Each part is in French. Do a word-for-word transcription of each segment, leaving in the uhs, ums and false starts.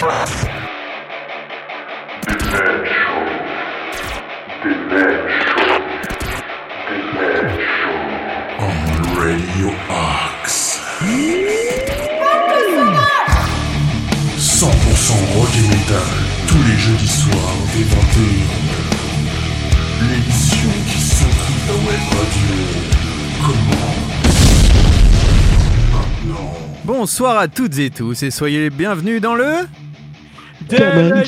On Radio Axe. cent pour cent rock et metal, tous les jeudis soirs dès vingt et une heures. L'émission qui s'intrigue la web radio. Comment maintenant? Bonsoir à toutes et tous et soyez les bienvenus dans le Demen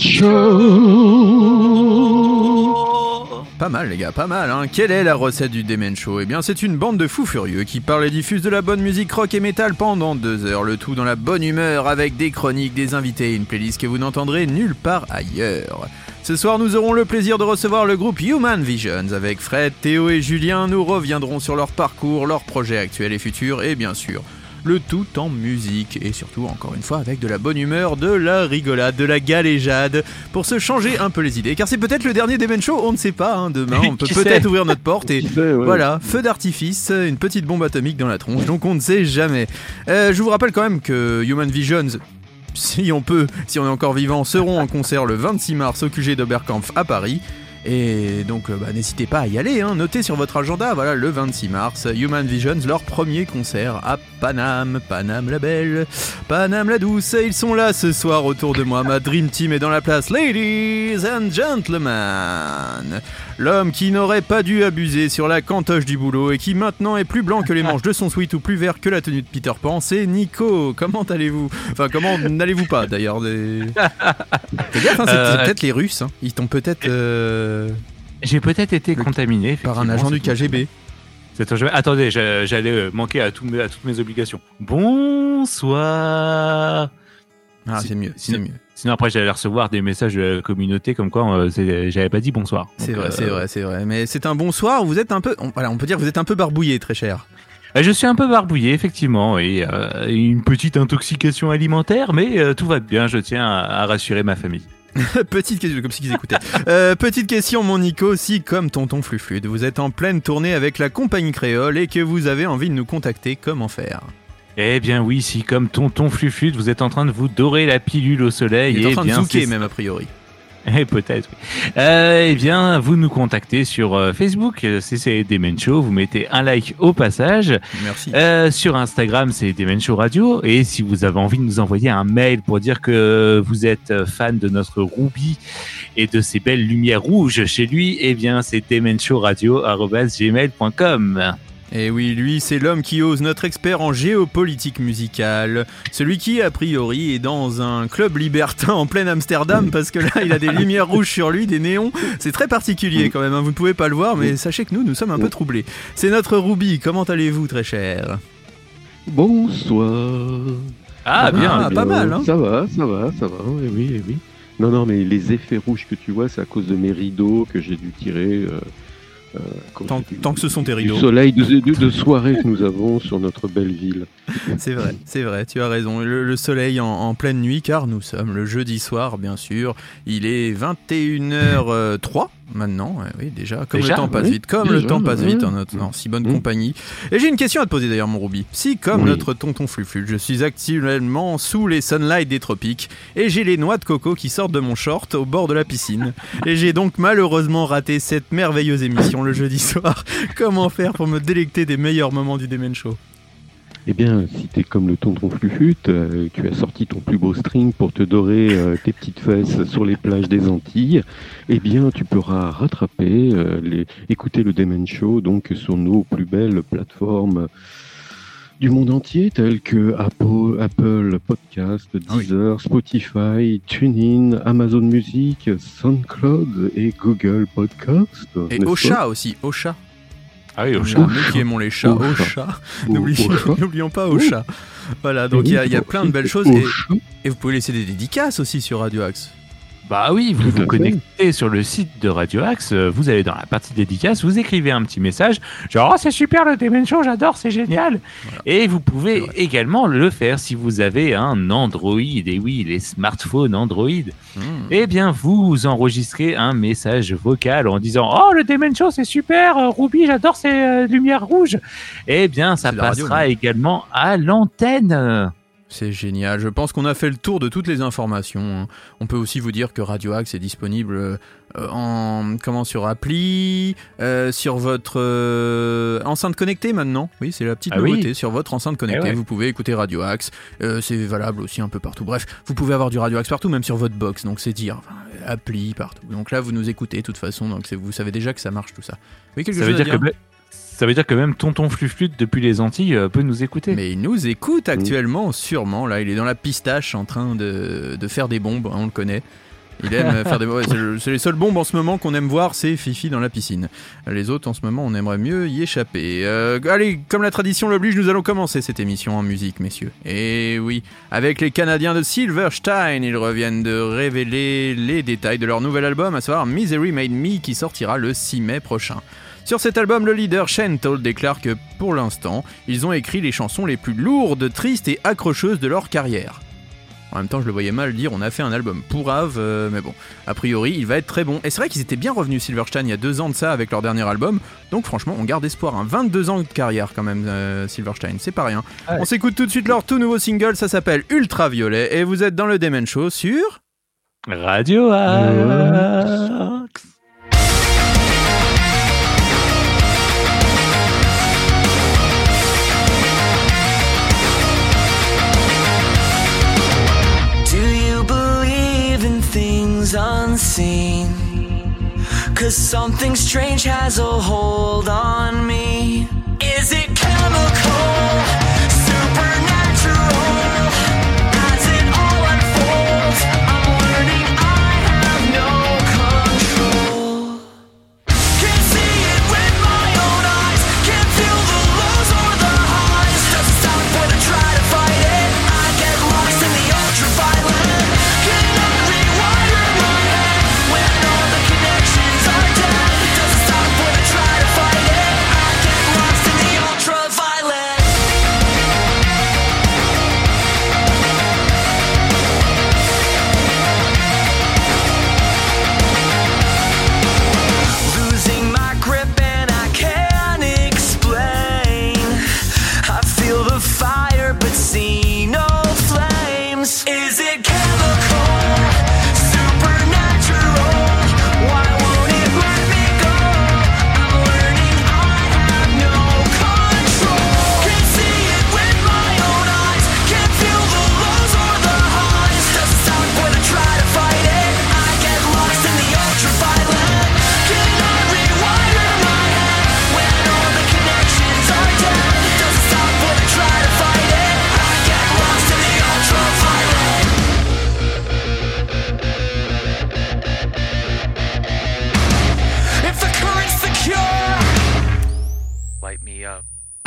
Show. Pas mal les gars, pas mal hein. Quelle est la recette du Demen Show? Eh bien c'est une bande de fous furieux qui parle et diffuse de la bonne musique rock et métal pendant deux heures, le tout dans la bonne humeur avec des chroniques, des invités et une playlist que vous n'entendrez nulle part ailleurs. Ce soir nous aurons le plaisir de recevoir le groupe Human Visions. Avec Fred, Théo et Julien, nous reviendrons sur leur parcours, leurs projets actuels et futurs et bien sûr le tout en musique et surtout encore une fois avec de la bonne humeur, de la rigolade, de la galéjade pour se changer un peu les idées car c'est peut-être le dernier Demen Show, on ne sait pas hein, demain on peut peut-être ouvrir notre porte et sait, ouais. Voilà, feu d'artifice, une petite bombe atomique dans la tronche donc on ne sait jamais. Euh, je vous rappelle quand même que Human Visions, si on peut, si on est encore vivant, seront en concert le vingt-six mars au Q G d'Oberkampf à Paris. Et donc bah, n'hésitez pas à y aller, hein. Notez sur votre agenda, voilà, le vingt-six mars, Human Visions, leur premier concert à Paname, Paname la belle, Paname la douce, et ils sont là ce soir autour de moi, ma Dream Team est dans la place, ladies and gentlemen. L'homme qui n'aurait pas dû abuser sur la cantoche du boulot et qui maintenant est plus blanc que les manches de son sweat ou plus vert que la tenue de Peter Pan, c'est Nico. Comment allez-vous? Enfin, comment n'allez-vous pas d'ailleurs des... Fais gaffe, hein, c'est, euh... c'est peut-être les Russes, hein. Ils t'ont peut-être... Euh... J'ai peut-être été le... contaminé par un agent du K G B. C'est... Attendez, j'allais manquer à, tout mes, à toutes mes obligations. Bonsoir. Ah, c'est, c'est mieux, c'est sinon, mieux. Sinon après j'allais recevoir des messages de la communauté comme quoi euh, c'est, j'avais pas dit bonsoir. C'est Donc, vrai, euh... c'est vrai, c'est vrai. Mais c'est un bonsoir. Vous êtes un peu, on, voilà, on peut dire que vous êtes un peu barbouillé, très cher. Je suis un peu barbouillé, effectivement, et euh, une petite intoxication alimentaire, mais euh, tout va bien. Je tiens à, à rassurer ma famille. Petite question, comme si qu'ils écoutaient. Euh, petite question, mon Nico, si comme tonton Fluflude, vous êtes en pleine tournée avec la compagnie créole et que vous avez envie de nous contacter, comment faire? Eh bien oui, si comme tonton Fluflude, vous êtes en train de vous dorer la pilule au soleil, il est et en train bien, de zouker c'est... même a priori. Eh, peut-être, oui. Euh, eh bien, vous nous contactez sur euh, Facebook, c'est, c'est Demen Show, vous mettez un like au passage. Merci. Euh, sur Instagram, c'est Demen Show Radio. Et si vous avez envie de nous envoyer un mail pour dire que vous êtes fan de notre Ruby et de ses belles lumières rouges chez lui, eh bien, c'est demenshowradio arobase gmail point com. Et oui, lui, c'est l'homme qui ose, notre expert en géopolitique musicale. Celui qui, a priori, est dans un club libertin en plein Amsterdam, parce que là, il a des lumières rouges sur lui, des néons. C'est très particulier quand même, hein. Vous ne pouvez pas le voir, mais sachez que nous, nous sommes un peu troublés. C'est notre Ruby, comment allez-vous, très cher? Bonsoir. Ah, bien, ah, bien. Pas mal, hein. Ça va, ça va, ça va, oui, oui, oui. Non, non, mais les effets rouges que tu vois, c'est à cause de mes rideaux que j'ai dû tirer... Euh... Euh, tant, du, tant que ce sont tes rideaux. Du soleil de, de, de soirée que nous avons sur notre belle ville. C'est vrai, c'est vrai, tu as raison. Le, le soleil en, en pleine nuit, car nous sommes le jeudi soir, bien sûr. Il est vingt et une heures trois maintenant. Oui, déjà, comme déjà, le temps passe oui, vite, comme déjà, le temps passe oui. vite en, notre, en si bonne mmh. compagnie. Et j'ai une question à te poser d'ailleurs, mon Ruby. Si, comme oui. notre tonton Fluflul, je suis actuellement sous les sunlights des tropiques et j'ai les noix de coco qui sortent de mon short au bord de la piscine, et j'ai donc malheureusement raté cette merveilleuse émission le jeudi soir, comment faire pour me délecter des meilleurs moments du Demen Show? Eh bien, si t'es comme le tonton Flufute, euh, tu as sorti ton plus beau string pour te dorer euh, tes petites fesses sur les plages des Antilles, eh bien, tu pourras rattraper, euh, les... écouter le Demen Show donc sur nos plus belles plateformes du monde entier, telles que Apple, Apple Podcast, Deezer, oui. Spotify, TuneIn, Amazon Music, SoundCloud et Google Podcast. Et Ocha aussi, Ocha. Ah oui, Ocha. Nous qui aimons les chats, Ocha. N'oublions, n'oublions pas Ocha. Voilà, donc il y, y a plein de belles choses. Et, et vous pouvez laisser des dédicaces aussi sur Radio Axe. Bah oui, vous vous connectez sur le site de Radio Axe, vous allez dans la partie dédicace, vous écrivez un petit message, genre oh, c'est super le Demen Show, j'adore, c'est génial. Voilà. Et vous pouvez également le faire si vous avez un Android, et oui, les smartphones Android. Mmh. Eh bien, vous enregistrez un message vocal en disant oh le Demen Show c'est super, Ruby, j'adore ces euh, lumières rouges. Eh bien, ça c'est passera radio, également à l'antenne. C'est génial, je pense qu'on a fait le tour de toutes les informations. On peut aussi vous dire que Radio Axe est disponible en, comment, sur appli, euh, sur votre euh, enceinte connectée maintenant. Oui, c'est la petite ah nouveauté, oui. Sur votre enceinte connectée, eh ouais. Vous pouvez écouter Radio Axe. Euh, c'est valable aussi un peu partout. Bref, vous pouvez avoir du Radio Axe partout, même sur votre box, donc c'est dire, enfin, appli partout. Donc là, vous nous écoutez de toute façon, donc c'est, vous savez déjà que ça marche tout ça. Oui, quelque ça chose veut à dire, dire que... Ça veut dire que même Tonton Fluflute depuis les Antilles euh, peut nous écouter. Mais il nous écoute actuellement, mmh. sûrement. Là, il est dans la pistache en train de, de faire des bombes, on le connaît. Il aime faire des bombes. C'est, le, c'est les seules bombes en ce moment qu'on aime voir, c'est Fifi dans la piscine. Les autres, en ce moment, on aimerait mieux y échapper. Euh, allez, comme la tradition l'oblige, nous allons commencer cette émission en musique, messieurs. Et oui, avec les Canadiens de Silverstein, ils reviennent de révéler les détails de leur nouvel album, à savoir Misery Made Me, qui sortira le six mai prochain. Sur cet album, le leader Shane Toll déclare que, pour l'instant, ils ont écrit les chansons les plus lourdes, tristes et accrocheuses de leur carrière. En même temps, je le voyais mal dire, on a fait un album pourrave, euh, mais bon, a priori, il va être très bon. Et c'est vrai qu'ils étaient bien revenus, Silverstein, il y a deux ans de ça, avec leur dernier album, donc franchement, on garde espoir. Hein. vingt-deux ans de carrière, quand même, euh, Silverstein, c'est pas rien. Ouais. On s'écoute tout de suite leur tout nouveau single, ça s'appelle Ultraviolet, et vous êtes dans le Demen Show sur... Radio Axe. Unseen, 'cause something strange has a hold on me. Is it chemical, supernatural? As it all unfolds, I'm learning I have no control. Can't see it with my own eyes, can't feel the lows or the highs. Doesn't stop when I try to fight it, I get lost in the ultraviolet. Can I rewire my head when all the connections are dead? Doesn't stop when I try to fight it, I get lost in the ultraviolet. Losing my grip and I can't explain. I feel the fire but see no flames. Is it chemical, supernatural? Why won't it let me go? I'm learning I have no control. Can't see it with my own eyes, can't feel the lows or the highs. Doesn't stop when I try to fight it, I get lost in the ultraviolet. Can I rewire my head when all the connections are dead? Doesn't stop when I try to fight it, I get lost in the ultraviolet. If the current's the cure, light me up.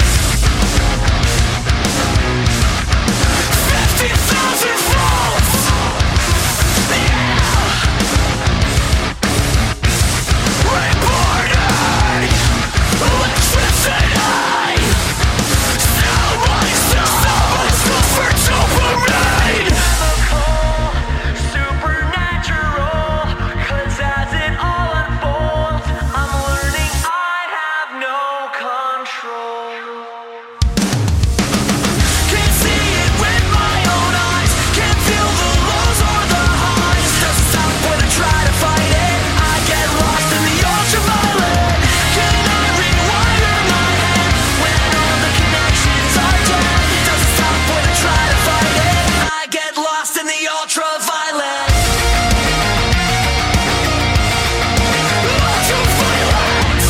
fifty thousand volts! Yeah! Reborn electricity! Sell myself! Sell myself for dopamine! Chemical, supernatural, 'cause as it all unfolds, I'm learning I have no control. Can't see it with my own eyes, can't feel the lows or the highs. Doesn't stop when I try to fight it, I get lost in the ultraviolet. Can I rewire my head when all the connections are dead? Doesn't stop when I try to fight it, I get lost in the ultraviolet. Ultraviolet.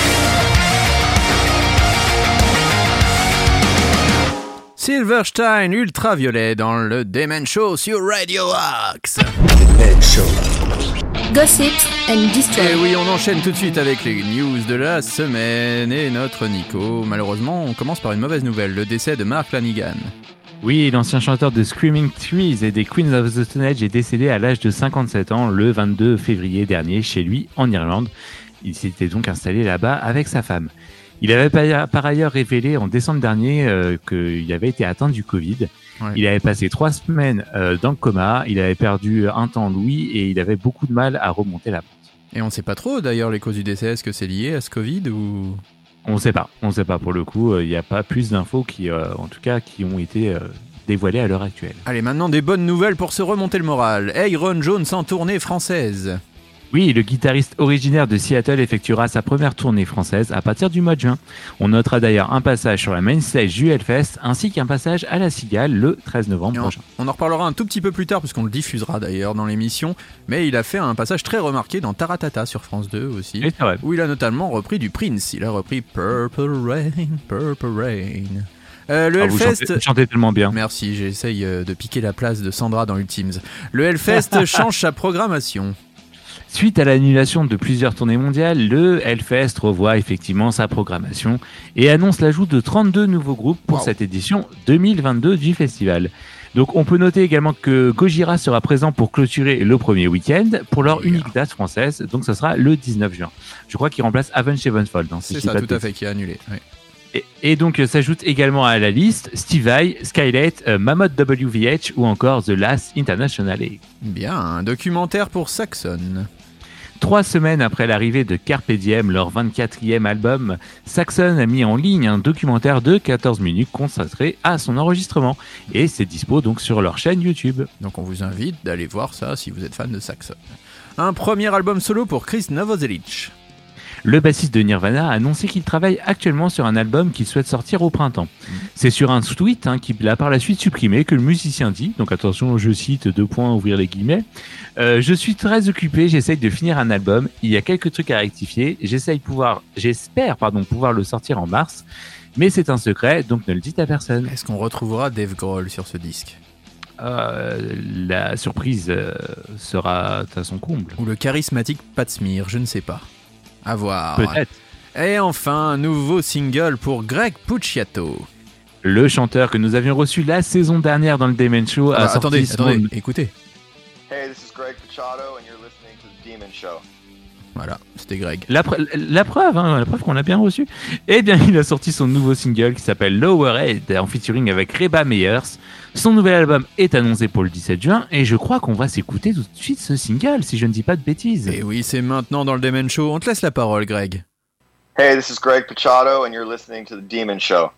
Silverstein, Ultraviolet, dans le Demen Show sur Radio Axe. Gossips and Destroy. Et oui, on enchaîne tout de suite avec les news de la semaine et notre Nico. Malheureusement, on commence par une mauvaise nouvelle, le décès de Mark Lanigan. Oui, l'ancien chanteur de Screaming Trees et des Queens of the Stone Age est décédé à l'âge de cinquante-sept ans le vingt-deux février dernier chez lui en Irlande. Il s'était donc installé là-bas avec sa femme. Il avait par ailleurs révélé en décembre dernier euh, qu'il avait été atteint du Covid. Ouais. Il avait passé trois semaines euh, dans le coma, il avait perdu un temps l'ouïe et il avait beaucoup de mal à remonter la pente. Et on ne sait pas trop d'ailleurs les causes du décès, est-ce que c'est lié à ce Covid ou... On ne sait pas, on ne sait pas pour le coup, il euh, n'y a pas plus d'infos qui, euh, en tout cas, qui ont été euh, dévoilées à l'heure actuelle. Allez, maintenant des bonnes nouvelles pour se remonter le moral. Hey, Ron Jones en tournée française. Oui, le guitariste originaire de Seattle effectuera sa première tournée française à partir du mois de juin. On notera d'ailleurs un passage sur la main stage du Hellfest ainsi qu'un passage à la Cigale le treize novembre Et on, prochain. on en reparlera un tout petit peu plus tard parce qu'on le diffusera d'ailleurs dans l'émission, mais il a fait un passage très remarqué dans Taratata sur France deux aussi, Et c'est vrai. où il a notamment repris du Prince. Il a repris Purple Rain, Purple Rain. Euh, le Ah, vous Hellfest... chantez, vous chantez tellement bien. Merci, j'essaye euh, de piquer la place de Sandra dans Ultimes. Le Hellfest change sa programmation. Suite à l'annulation de plusieurs tournées mondiales, le Hellfest revoit effectivement sa programmation et annonce l'ajout de trente-deux nouveaux groupes pour Wow. cette édition deux mille vingt-deux du festival. Donc on peut noter également que Gojira sera présent pour clôturer le premier week-end pour leur Yeah. unique date française, donc ça sera le dix-neuf juin. Je crois qu'il remplace Avenged Sevenfold. Hein, si C'est je dis ça, pas de tout à bêtises. fait, qui est annulé. Oui. Et, et donc euh, s'ajoute également à la liste Steve Vai, Skylight, euh, Mammoth W V H ou encore The Last International. Bien, un documentaire pour Saxon. Trois semaines après l'arrivée de Carpe Diem, leur vingt-quatrième album, Saxon a mis en ligne un documentaire de quatorze minutes consacré à son enregistrement. Et c'est dispo donc sur leur chaîne YouTube. Donc on vous invite d'aller voir ça si vous êtes fan de Saxon. Un premier album solo pour Chris Novoselic. Le bassiste de Nirvana a annoncé qu'il travaille actuellement sur un album qu'il souhaite sortir au printemps. C'est sur un tweet hein, qu'il a par la suite supprimé que le musicien dit, donc attention, je cite deux points, ouvrir les guillemets, euh, je suis très occupé, j'essaye de finir un album, il y a quelques trucs à rectifier, j'essaye pouvoir, j'espère pardon pouvoir le sortir en mars, mais c'est un secret, donc ne le dites à personne. Est-ce qu'on retrouvera Dave Grohl sur ce disque? Euh, la surprise euh, sera à son comble. Ou le charismatique Pat Smear, je ne sais pas. À voir. Peut-être. Et enfin, un nouveau single pour Greg Puciato. Le chanteur que nous avions reçu la saison dernière dans le Demen Show a Ah, sorti attendez, son- attendez, écoutez. Hey, this is Greg Puciato, and you're listening to The Demon Show. Voilà, c'était Greg. La, pre- la preuve, hein, la preuve qu'on l'a bien reçu. Eh bien, il a sorti son nouveau single qui s'appelle Lower Head en featuring avec Reba Meyers. Son nouvel album est annoncé pour le dix-sept juin et je crois qu'on va s'écouter tout de suite ce single, si je ne dis pas de bêtises. Et oui, c'est maintenant dans le Demen Show. On te laisse la parole, Greg. Hey, this is Greg Puciato, and you're listening to The Demon Show.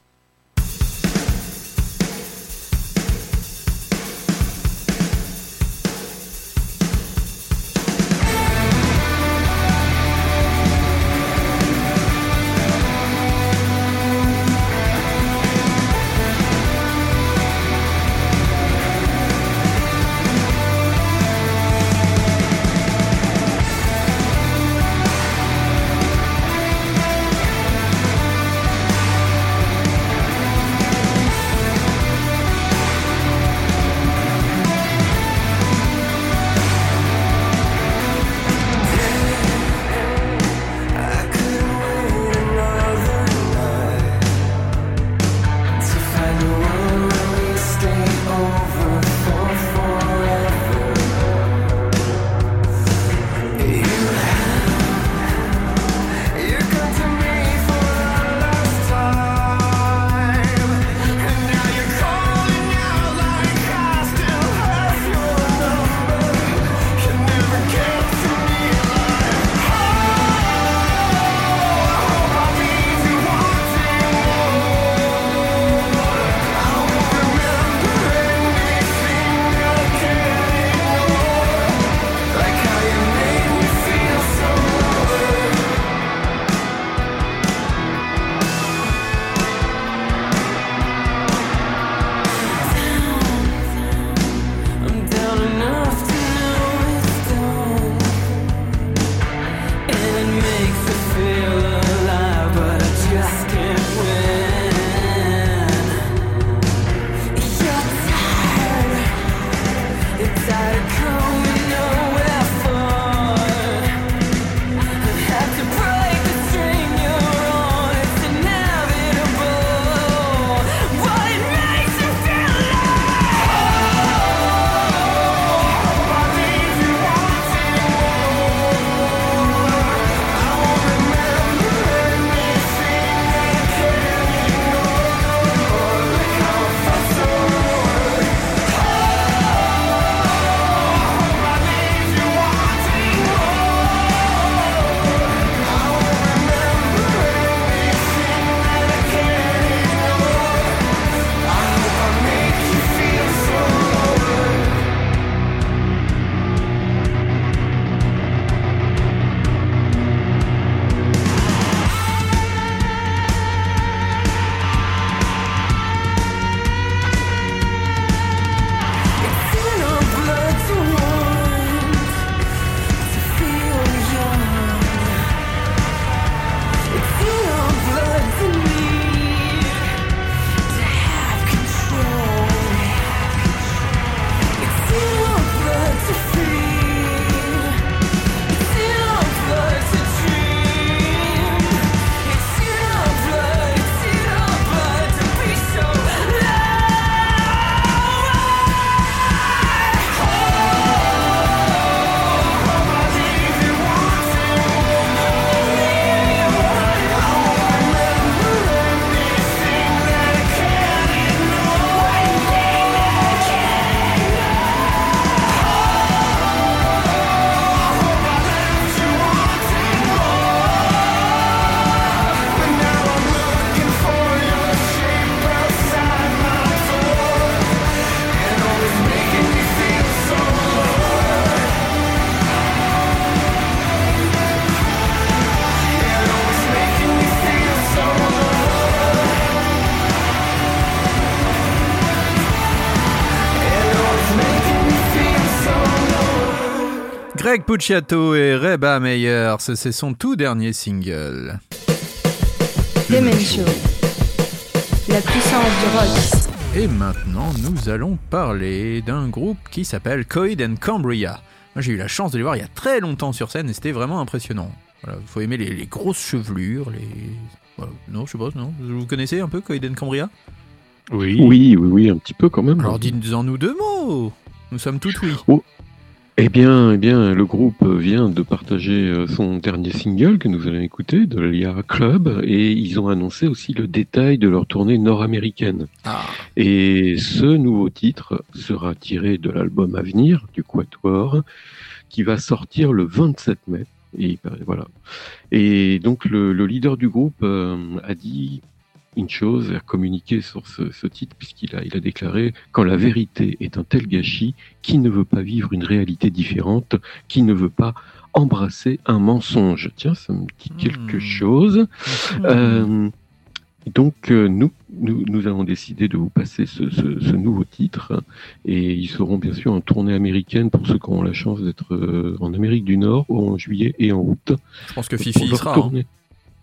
Greg Puciato et Reba Meyers, c'est son tout dernier single. Demen Show, la puissance du rock. Et maintenant, nous allons parler d'un groupe qui s'appelle Coheed and Cambria. Moi, j'ai eu la chance de les voir il y a très longtemps sur scène et c'était vraiment impressionnant. Voilà, faut aimer les, les grosses chevelures, les... Voilà. Non, je sais pas, non. Vous connaissez un peu Coheed and Cambria ? Oui. Oui, oui, oui, un petit peu quand même. Alors dites-en-nous deux mots. Nous sommes tout oui. Oh. Eh bien, eh bien, le groupe vient de partager son dernier single que nous allons écouter, de l'Ia Club, et ils ont annoncé aussi le détail de leur tournée nord-américaine. Ah. Et ce nouveau titre sera tiré de l'album à venir du Quatuor, qui va sortir le vingt-sept mai. Et voilà. Et donc le, le leader du groupe euh, a dit une chose, a communiqué sur ce, ce titre, puisqu'il a, il a déclaré « Quand la vérité est un tel gâchis, qui ne veut pas vivre une réalité différente, qui ne veut pas embrasser un mensonge ?» Tiens, ça me dit quelque mmh. chose. Mmh. Euh, donc, euh, nous, nous, nous avons décidé de vous passer ce, ce, ce nouveau titre, et ils seront bien sûr en tournée américaine pour ceux qui auront la chance d'être euh, en Amérique du Nord, en juillet et en août. Je pense que Fifi y sera. Hein. Comment ?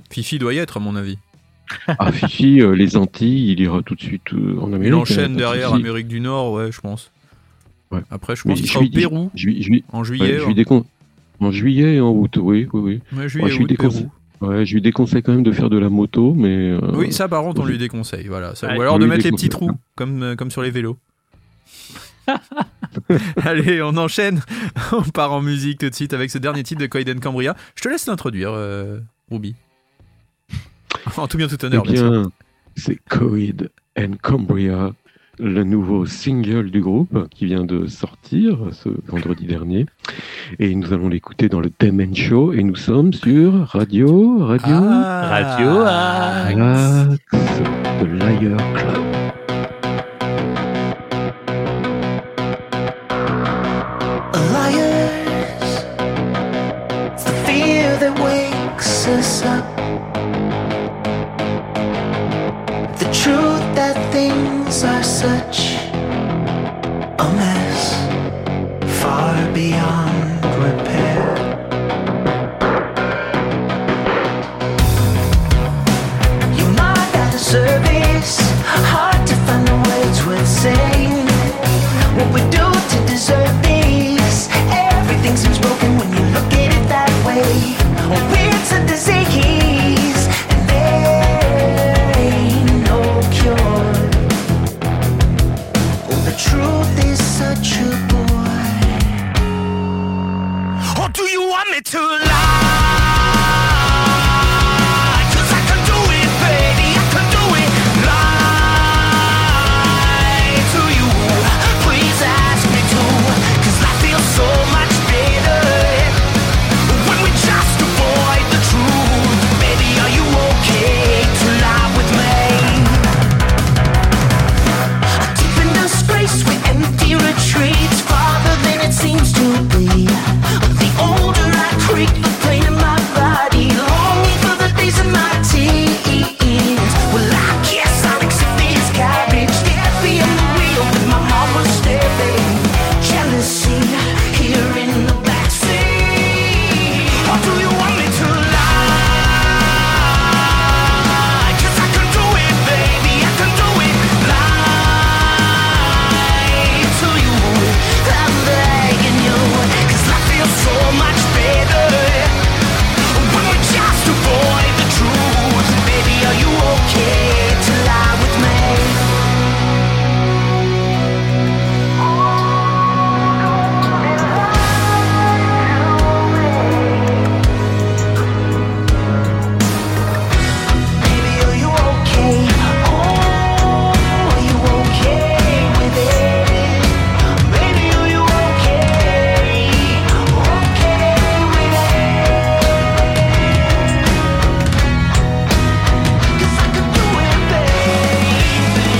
Fifi doit y être, à mon avis. Ah, Fifi, euh, les Antilles, il ira tout de suite euh, en Amérique. Il enchaîne euh, derrière Fifi. Amérique du Nord, ouais, je pense. Ouais. Après, je Mais pense qu'il je sera au lui- Pérou, je lui- je lui- en ouais, juillet. je lui décon- En juillet et en août, oui, oui, oui. Ouais, juillet, Ouais, je lui août, déconseille. Pérou. Ouais, je lui déconseille quand même de faire de la moto, mais. euh, Oui, ça par contre, on oui. lui déconseille. Voilà. Ça, Ouais, ou alors on de lui mettre les petits déconseille. trous, comme, euh, comme sur les vélos. Allez, on enchaîne. On part en musique tout de suite avec ce dernier titre de Coheed and Cambria. Je te laisse l'introduire, euh, Ruby. En tout bien, tout honneur, Eh bien sûr. bien, c'est Coheed and Cambria, le nouveau single du groupe qui vient de sortir ce vendredi dernier. Et nous allons l'écouter dans le Demen Show. Et nous sommes sur Radio, Radio, Ah, Radio Axe. Axe, de Liar Club. Liars, it's the fear that wakes us up. The truth that things are such a mess, far beyond repair. Your mind at a service, hard to find the words worth saying. What we do to deserve this, everything seems broken when you look at it that way. It's a disease, and there ain't no cure. Oh, the truth is such a bore. Or do you want me to lie? 'Cause I can do it, baby, I can do it. Lie to you, please ask me to. 'Cause life feels so much better when we just avoid the truth. Baby, are you okay to lie with me? Deep in disgrace with empty retreats, farther than it seems to be. The older I creep, the pain in my body, longing for the days of my teens. Well, I guess I'll accept this garbage. Death being real, but my mom was staring. Jealousy here in the backseat. Or do you want me to lie? 'Cause I can do it, baby, I can do it. Lie to you, I'm begging you. 'Cause life feels so much better when we just avoid the truth. Baby, are you okay to lie with me? Baby, are you okay? Oh, are you okay with it? Baby, are you okay? Okay with it? 'Cause I could do it, baby.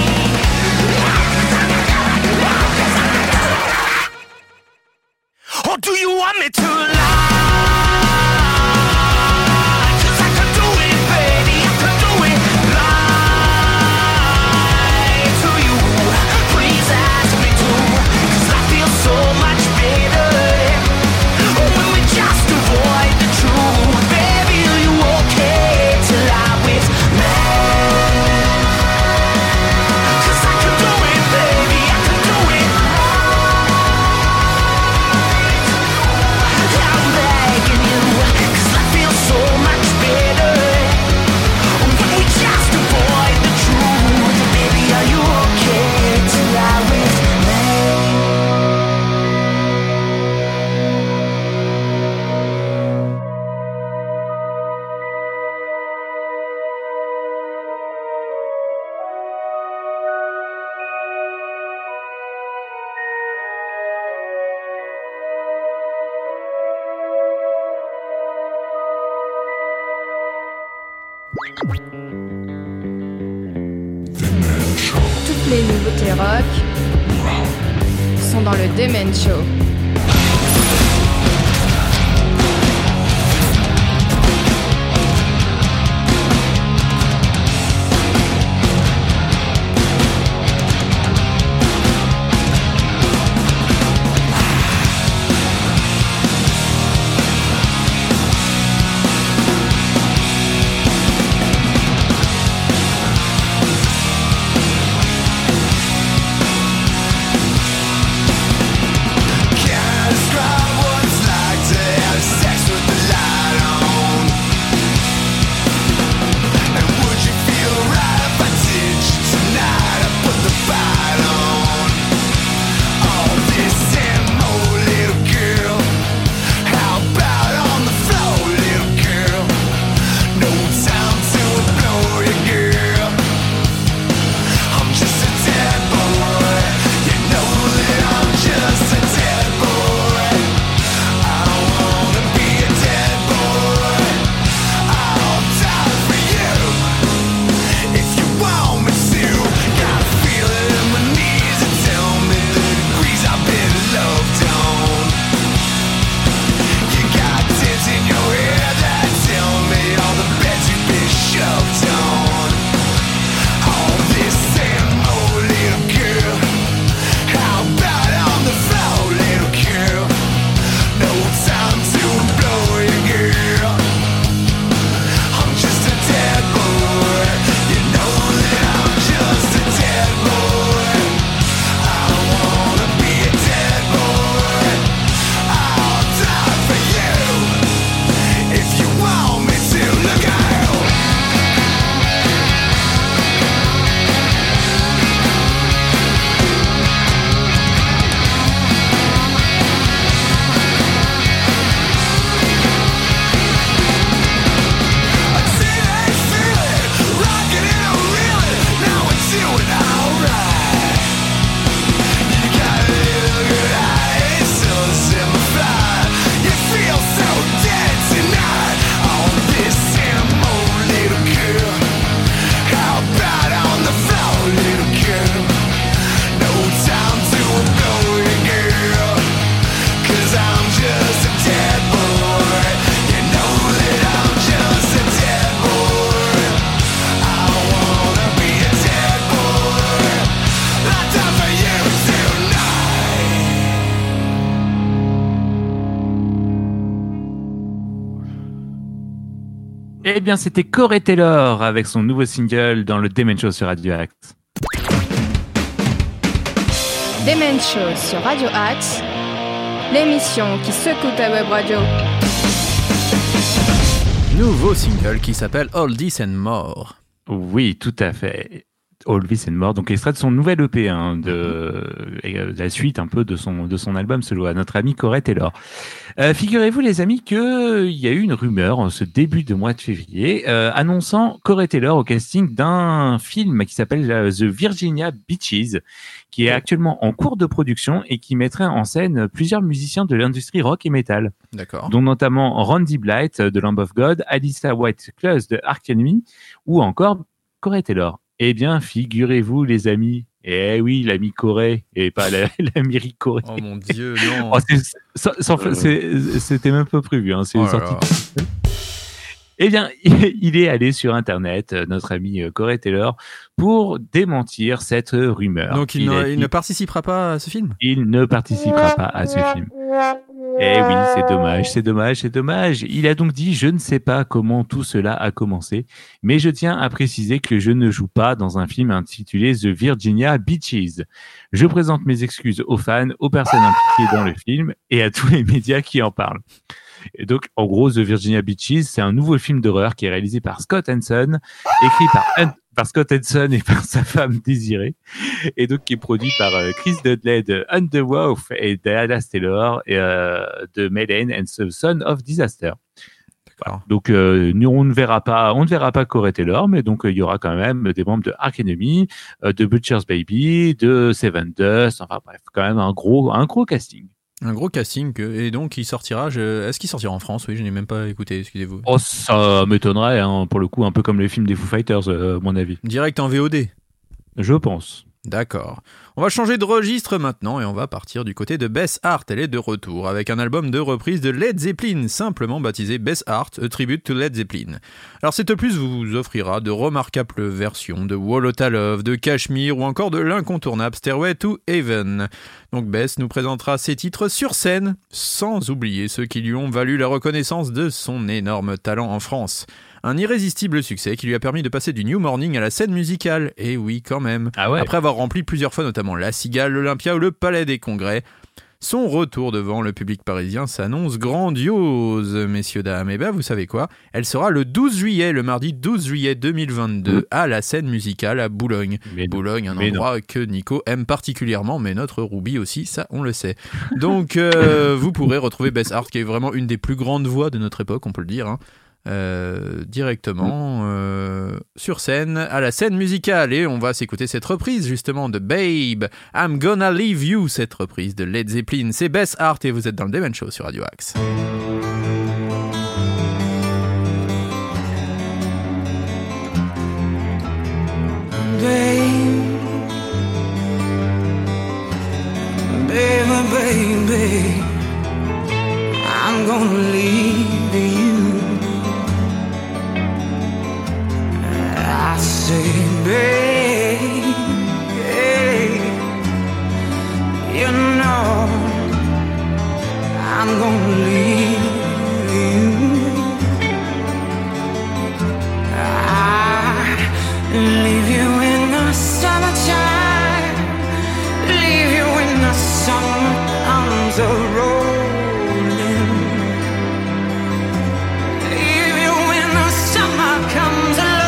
Or do you want me to lie? 'Cause I can do it, baby, I can do it. Lie to you, please ask me to. 'Cause life feels so much better Toutes les nouveautés rock sont dans le Demen Show. Eh bien, c'était Corey Taylor avec son nouveau single dans le Demen Show sur Radio Axe. Demen Show sur Radio Axe, l'émission qui secoue ta web radio. Nouveau single qui s'appelle All This and More. Oui, tout à fait. All This and More, donc extrait de son nouvel E P, hein, de, de la suite un peu de son, de son album solo à notre ami Corey Taylor. Euh, figurez-vous les amis qu'il y a eu une rumeur en ce début de mois de février euh, annonçant Corey Taylor au casting d'un film qui s'appelle euh, The Virginia Beaches, qui est actuellement en cours de production et qui mettrait en scène plusieurs musiciens de l'industrie rock et metal. D'accord. Dont notamment Randy Blythe de Lamb of God, Alyssa White-Claus de Arch Enemy ou encore Corey Taylor. Eh bien, figurez-vous, les amis, eh oui, l'ami Corey, et pas la, l'ami Rick Corey. Oh mon Dieu, non. Oh, c'est, sans, sans, c'est, c'était même pas prévu, hein, c'est Oh sorti. là. Eh bien, il est allé sur Internet, notre ami Corey Taylor, pour démentir cette rumeur. Donc il, il, ne, dit, il ne participera pas à ce film ? Il ne participera pas à ce film. Eh oui, c'est dommage, c'est dommage, c'est dommage. Il a donc dit « Je ne sais pas comment tout cela a commencé, mais je tiens à préciser que je ne joue pas dans un film intitulé The Virginia Beaches. Je présente mes excuses aux fans, aux personnes impliquées dans le film et à tous les médias qui en parlent. » Et donc, en gros, The Virginia Beaches, c'est un nouveau film d'horreur qui est réalisé par Scott Henson, écrit par, par Scott Henson et par sa femme Désirée, et donc qui est produit par euh, Chris Dudley de Underwolf et Dallas Taylor et, euh, de Maiden and the Son of Disaster. Voilà. Donc, euh, nous, on ne verra pas, on ne verra pas Corey Taylor, mais donc il euh, y aura quand même des membres de Arch Enemy, euh, de Butcher's Baby, de Seven Dust, enfin bref, quand même un gros, un gros casting. Un gros casting, que- et donc il sortira. Je... Est-ce qu'il sortira en France? Oui, je n'ai même pas écouté, excusez-vous. Oh, ça m'étonnerait, hein, pour le coup, un peu comme les films des Foo Fighters, euh, à mon avis. Direct en V O D. Je pense. D'accord. On va changer de registre maintenant et on va partir du côté de Bess Hart. Elle est de retour avec un album de reprise de Led Zeppelin, simplement baptisé Bess Hart, A Tribute to Led Zeppelin. Alors cet opus vous offrira de remarquables versions de Wall of Love, de Kashmir ou encore de l'incontournable Stairway to Heaven. Donc Bess nous présentera ses titres sur scène, sans oublier ceux qui lui ont valu la reconnaissance de son énorme talent en France. Un irrésistible succès qui lui a permis de passer du New Morning à la scène musicale. Et oui, quand même. Ah ouais. Après avoir rempli plusieurs fois notamment la Cigale, l'Olympia ou le Palais des Congrès, son retour devant le public parisien s'annonce grandiose, messieurs, dames. Et ben, vous savez quoi? Elle sera le douze juillet, le mardi douze juillet deux mille vingt-deux, à la scène musicale à Boulogne. Mais Boulogne, un mais endroit que Nico aime particulièrement, mais notre Ruby aussi, ça on le sait. Donc, euh, vous pourrez retrouver Bess Hart, qui est vraiment une des plus grandes voix de notre époque, on peut le dire, hein. Euh, directement euh, sur scène, à la scène musicale, et on va s'écouter cette reprise justement de Babe, I'm Gonna Leave You, cette reprise de Led Zeppelin. C'est Bess Hart et vous êtes dans le Demen Show sur Radio Axe. Baby, baby, I'm gonna leave you. I say, baby, you know I'm gonna leave you. I leave you in the summertime, leave you in the summer arms of rolling, leave you when the summer comes along.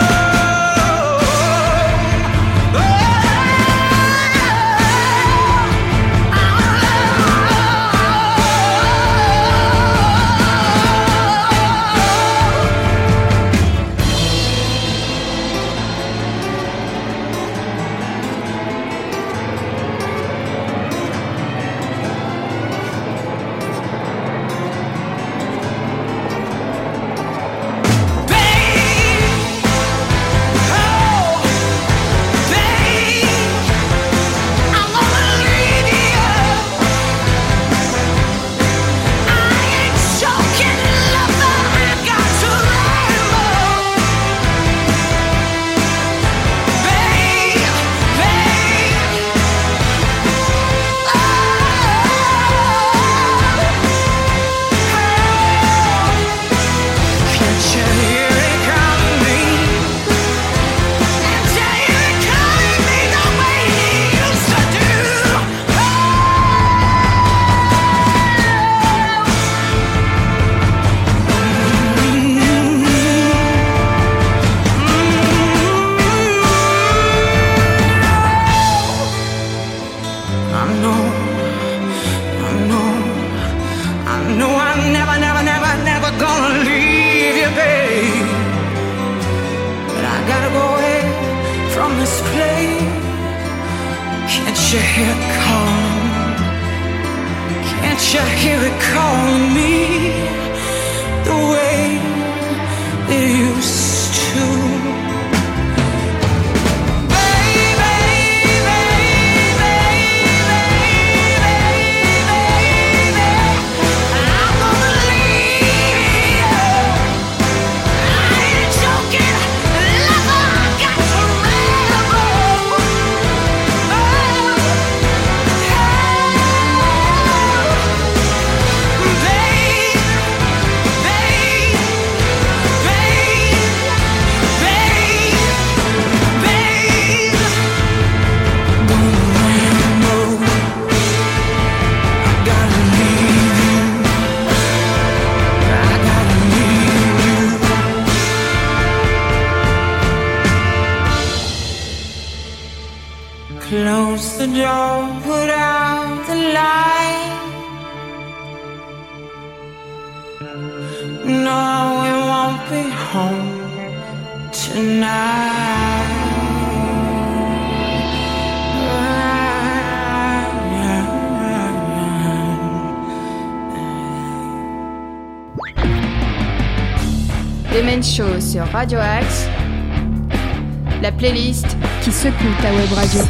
Can't you hear it calling? Can't you hear it calling me the way it used to? Close the door, put out the light. No, we won't be home tonight. Demen Show sur Radio Axe, la playlist qui secoue ta web radio.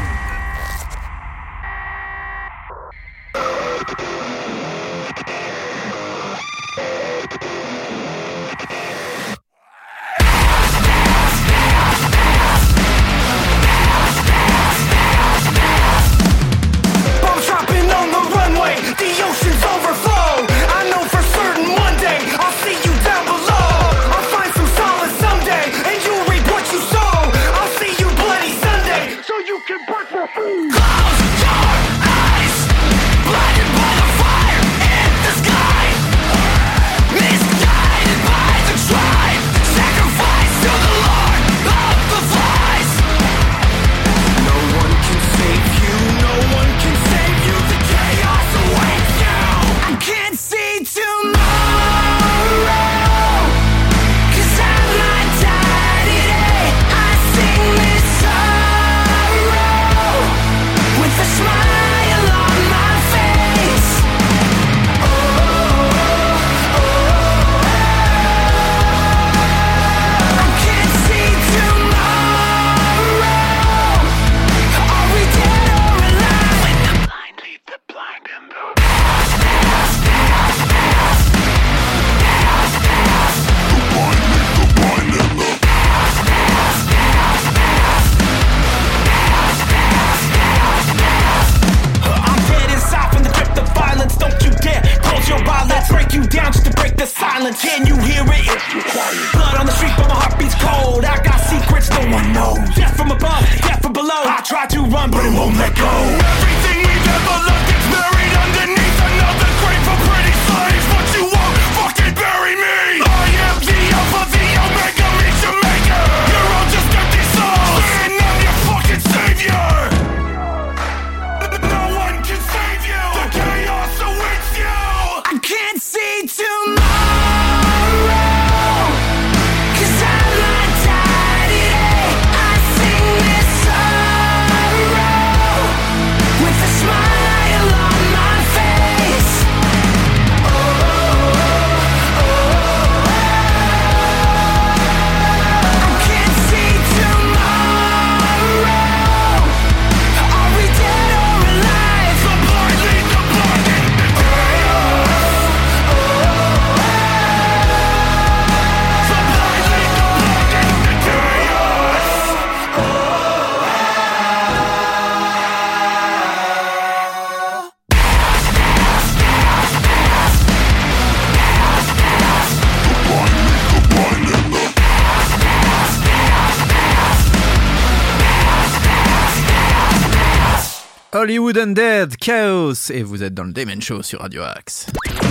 Hollywood Undead, Chaos, et vous êtes dans le Demen Show sur Radio Axe.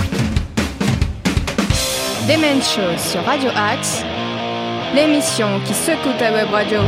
Demen Show sur Radio Axe, l'émission qui secoue ta web radio.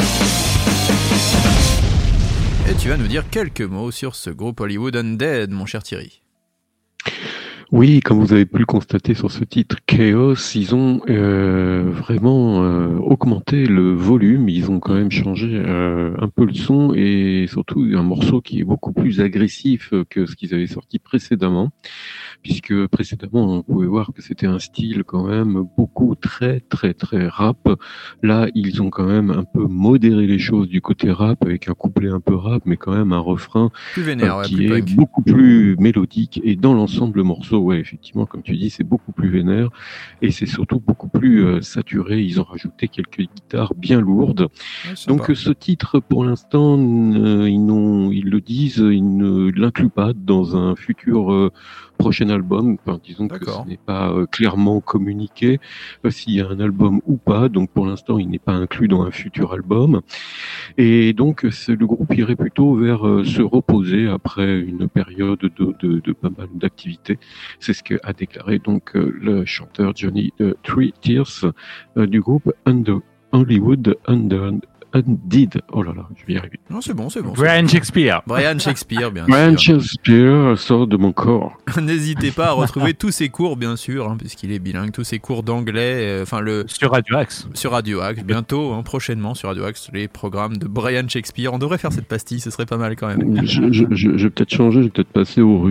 Et tu vas nous dire quelques mots sur ce groupe Hollywood Undead, mon cher Thierry. Oui, comme vous avez pu le constater sur ce titre Chaos, ils ont euh, vraiment euh, augmenté le volume, ils ont quand même changé euh, un peu le son et surtout un morceau qui est beaucoup plus agressif que ce qu'ils avaient sorti précédemment, puisque précédemment on pouvait voir que c'était un style quand même beaucoup très très très rap. Là, ils ont quand même un peu modéré les choses du côté rap avec un couplet un peu rap, mais quand même un refrain plus vénère, euh, ouais, qui plus est punk. beaucoup plus mélodique et dans l'ensemble le morceau, ouais, effectivement, comme tu dis, c'est beaucoup plus vénère et c'est surtout beaucoup plus euh, saturé. Ils ont rajouté quelques guitares bien lourdes. Ouais, sympa. Donc euh, ce titre, pour l'instant, euh, ils, n'ont, ils le disent, ils ne l'incluent pas dans un futur euh, prochain album. Enfin, disons D'accord. que ce n'est pas euh, clairement communiqué euh, s'il y a un album ou pas. Donc pour l'instant, il n'est pas inclus dans un futur album. Et donc c'est, le groupe irait plutôt vers euh, se reposer après une période de, de, de pas mal d'activités. C'est ce qu'a déclaré donc euh, le chanteur Johnny euh, Three Tears euh, du groupe Under, Hollywood Under, Undead. Oh là là, je vais y arriver. Non, c'est bon, c'est bon. Brian Shakespeare. Brian Shakespeare, bien Brian sûr. Shakespeare sort de mon corps. N'hésitez pas à retrouver tous ses cours, bien sûr, hein, puisqu'il est bilingue, tous ses cours d'anglais, enfin euh, le Sur Radio Axe. sur Radio Axe, bientôt, hein, prochainement sur Radio Axe, les programmes de Brian Shakespeare. On devrait faire cette pastille, ce serait pas mal quand même. Je, je, je, je vais peut-être changer, je vais peut-être passer au russe.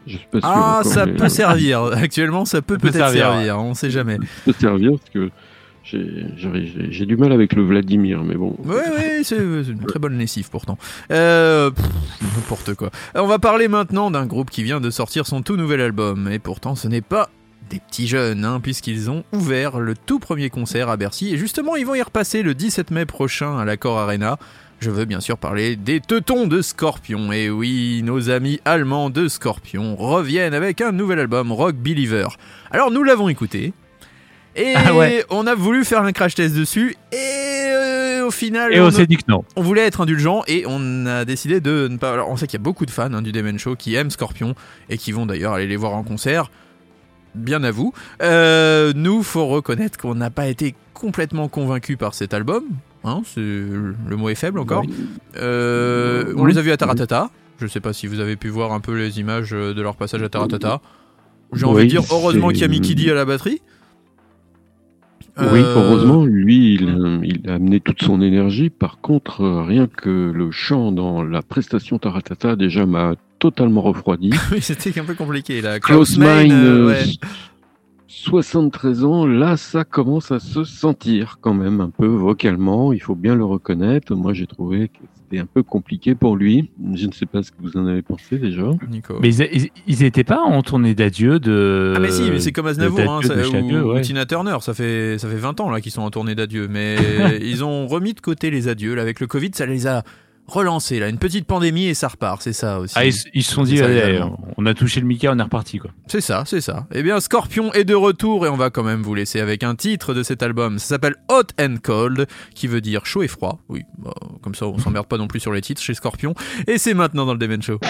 Je suis pas sûr. Ah, encore, ça mais- peut servir. Actuellement, ça peut Ça peut peut-être servir. servir, On sait jamais. Ça peut servir parce que j'ai, j'ai, j'ai- j'ai du mal avec le Vladimir, mais bon. Ouais, ouais, c'est c'est une très bonne lessive pourtant. Euh, pff, n'importe quoi. On va parler maintenant d'un groupe qui vient de sortir son tout nouvel album. Et pourtant, ce n'est pas des petits jeunes, hein, puisqu'ils ont ouvert le tout premier concert à Bercy. Et justement, ils vont y repasser le dix-sept mai prochain à l'Accor Arena. Je veux bien sûr parler des Teutons de Scorpion. Et oui, nos amis allemands de Scorpion reviennent avec un nouvel album, Rock Believer. Alors, nous l'avons écouté. Et Ah ouais. on a voulu faire un crash test dessus. Et euh, au final, Et on on a- s'est dit que non. on voulait être indulgent et on a décidé de ne pas. Alors, on sait qu'il y a beaucoup de fans hein, du Demen Show qui aiment Scorpion et qui vont d'ailleurs aller les voir en concert. Bien à vous. Euh, nous, faut reconnaître qu'on n'a pas été complètement convaincus par cet album. Hein, c'est... Le mot est faible encore. Euh, on les a vus à Taratata. Je sais pas si vous avez pu voir un peu les images de leur passage à Taratata. J'ai envie Oui, de dire heureusement c'est- qu'il y a Mickey D à la batterie. Oui, Euh, heureusement, lui, il, a- il a amené toute son énergie. Par contre, euh, rien que le chant dans la prestation Taratata, déjà m'a totalement refroidi. Oui, c'était un peu compliqué là. Klaus Klaus Meine, Meine, euh, euh, ouais. soixante-treize ans, là, ça commence à se sentir quand même un peu vocalement, il faut bien le reconnaître. Moi, j'ai trouvé que c'était un peu compliqué pour lui. Je ne sais pas ce que vous en avez pensé déjà. Nico. Mais ils, ils, ils étaient pas en tournée d'adieu de. Ah mais si, mais c'est comme Aznavour d'adieu hein, de ça- chaque ou, deux, ou ouais. Tina Turner, ça fait, ça fait vingt ans là qu'ils sont en tournée d'adieu, mais ils ont remis de côté les adieux, là, avec le Covid, ça les a relancés, là, une petite pandémie et ça repart, c'est ça aussi. Ah, ils ils se sont dit, C'est ça, allez, également. on a touché le Mika, on est reparti quoi. C'est ça, c'est ça. Eh bien, Scorpion est de retour et on va quand même vous laisser avec un titre de cet album. Ça s'appelle Hot and Cold, qui veut dire chaud et froid. Oui, bah, comme ça on s'emmerde pas non plus sur les titres chez Scorpion. Et c'est maintenant dans le Demen Show.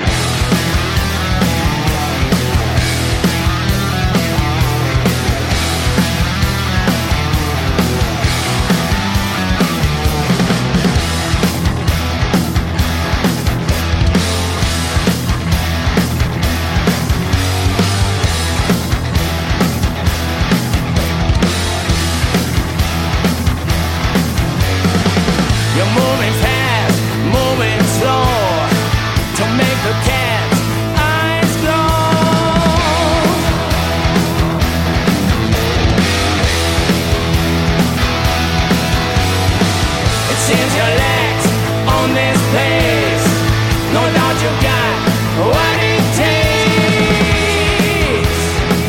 You're moving fast, moving slow to make the cat's eyes close. It seems your legs on this place. No doubt you got what it takes.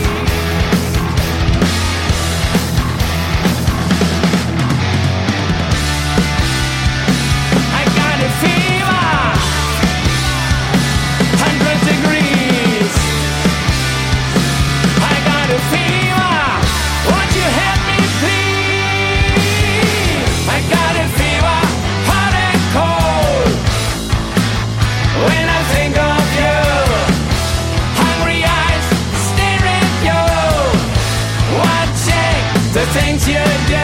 I got a fever, hundred degrees. I got a fever, won't you help me please? I got a fever, hot and cold. When I think of you, hungry eyes stare at you, watching the things you do.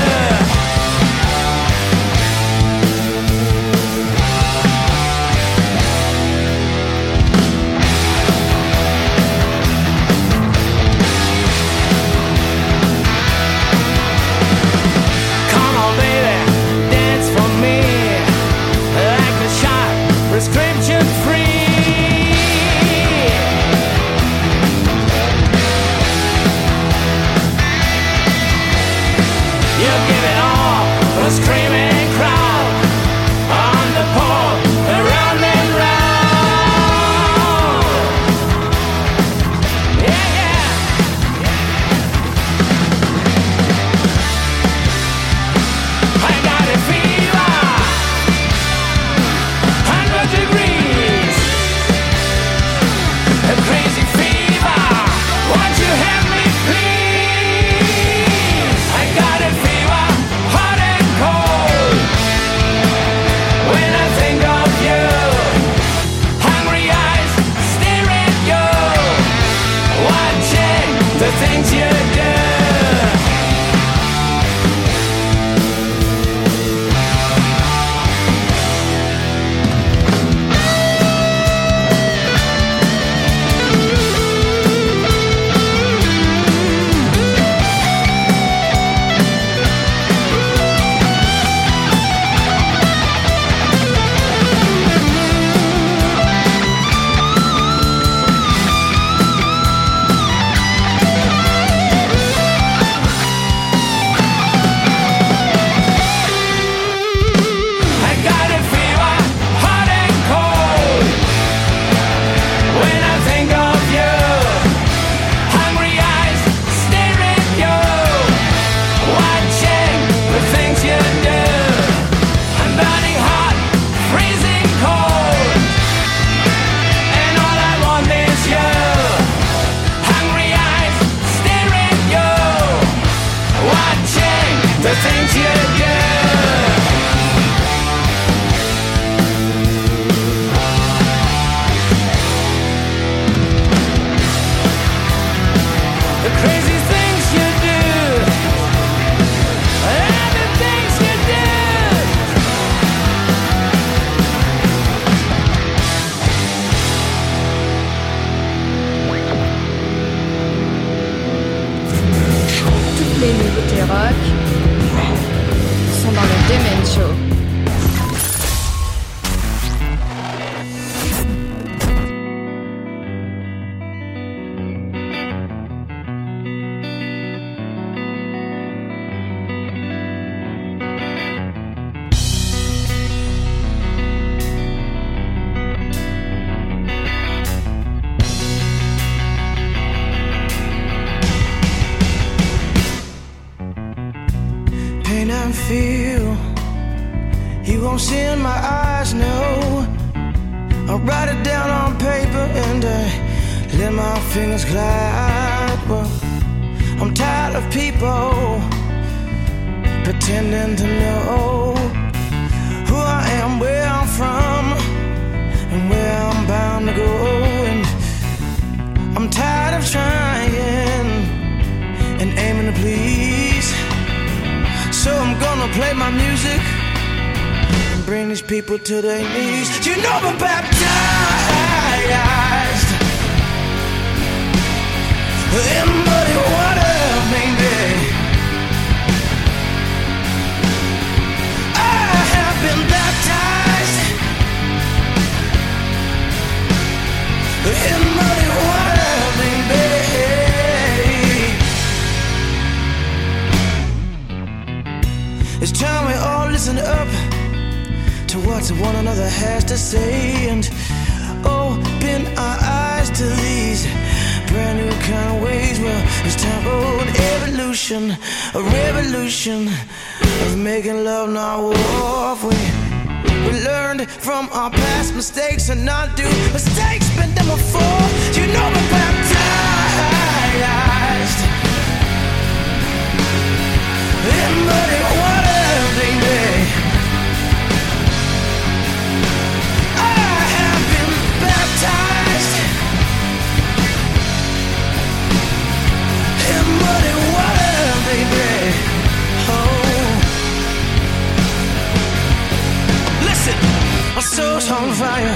Come on, baby, dance for me like a shot, prescription free. You give it all for a screaming crowd on the pole, around and round. Yeah, yeah. I got a fever, hundred degrees, a crazy fever. Won't you help me, please? I got a fever, hot and cold. When I think of you, hungry eyes stare at you, watching the things you do. and feel. You won't see in my eyes, no. I'll write it down on paper and I let my fingers glide. Well, I'm tired of people pretending to know who I am, where I'm from, and where I'm bound to go. And I'm tired of trying and aiming to please. So I'm gonna play my music and bring these people to their knees. You know I'm baptized in muddy water, baby. I have been baptized in muddy water, baby. It's time we all listen up to what one another has to say and open our eyes to these brand new kind of ways. Well, it's time for an evolution, a revolution of making love, not war. We, we learned from our past mistakes and not do mistakes been done before. You know we're baptized in muddy water, baby. I have been baptized in muddy water, baby. Oh, listen, my soul's on fire.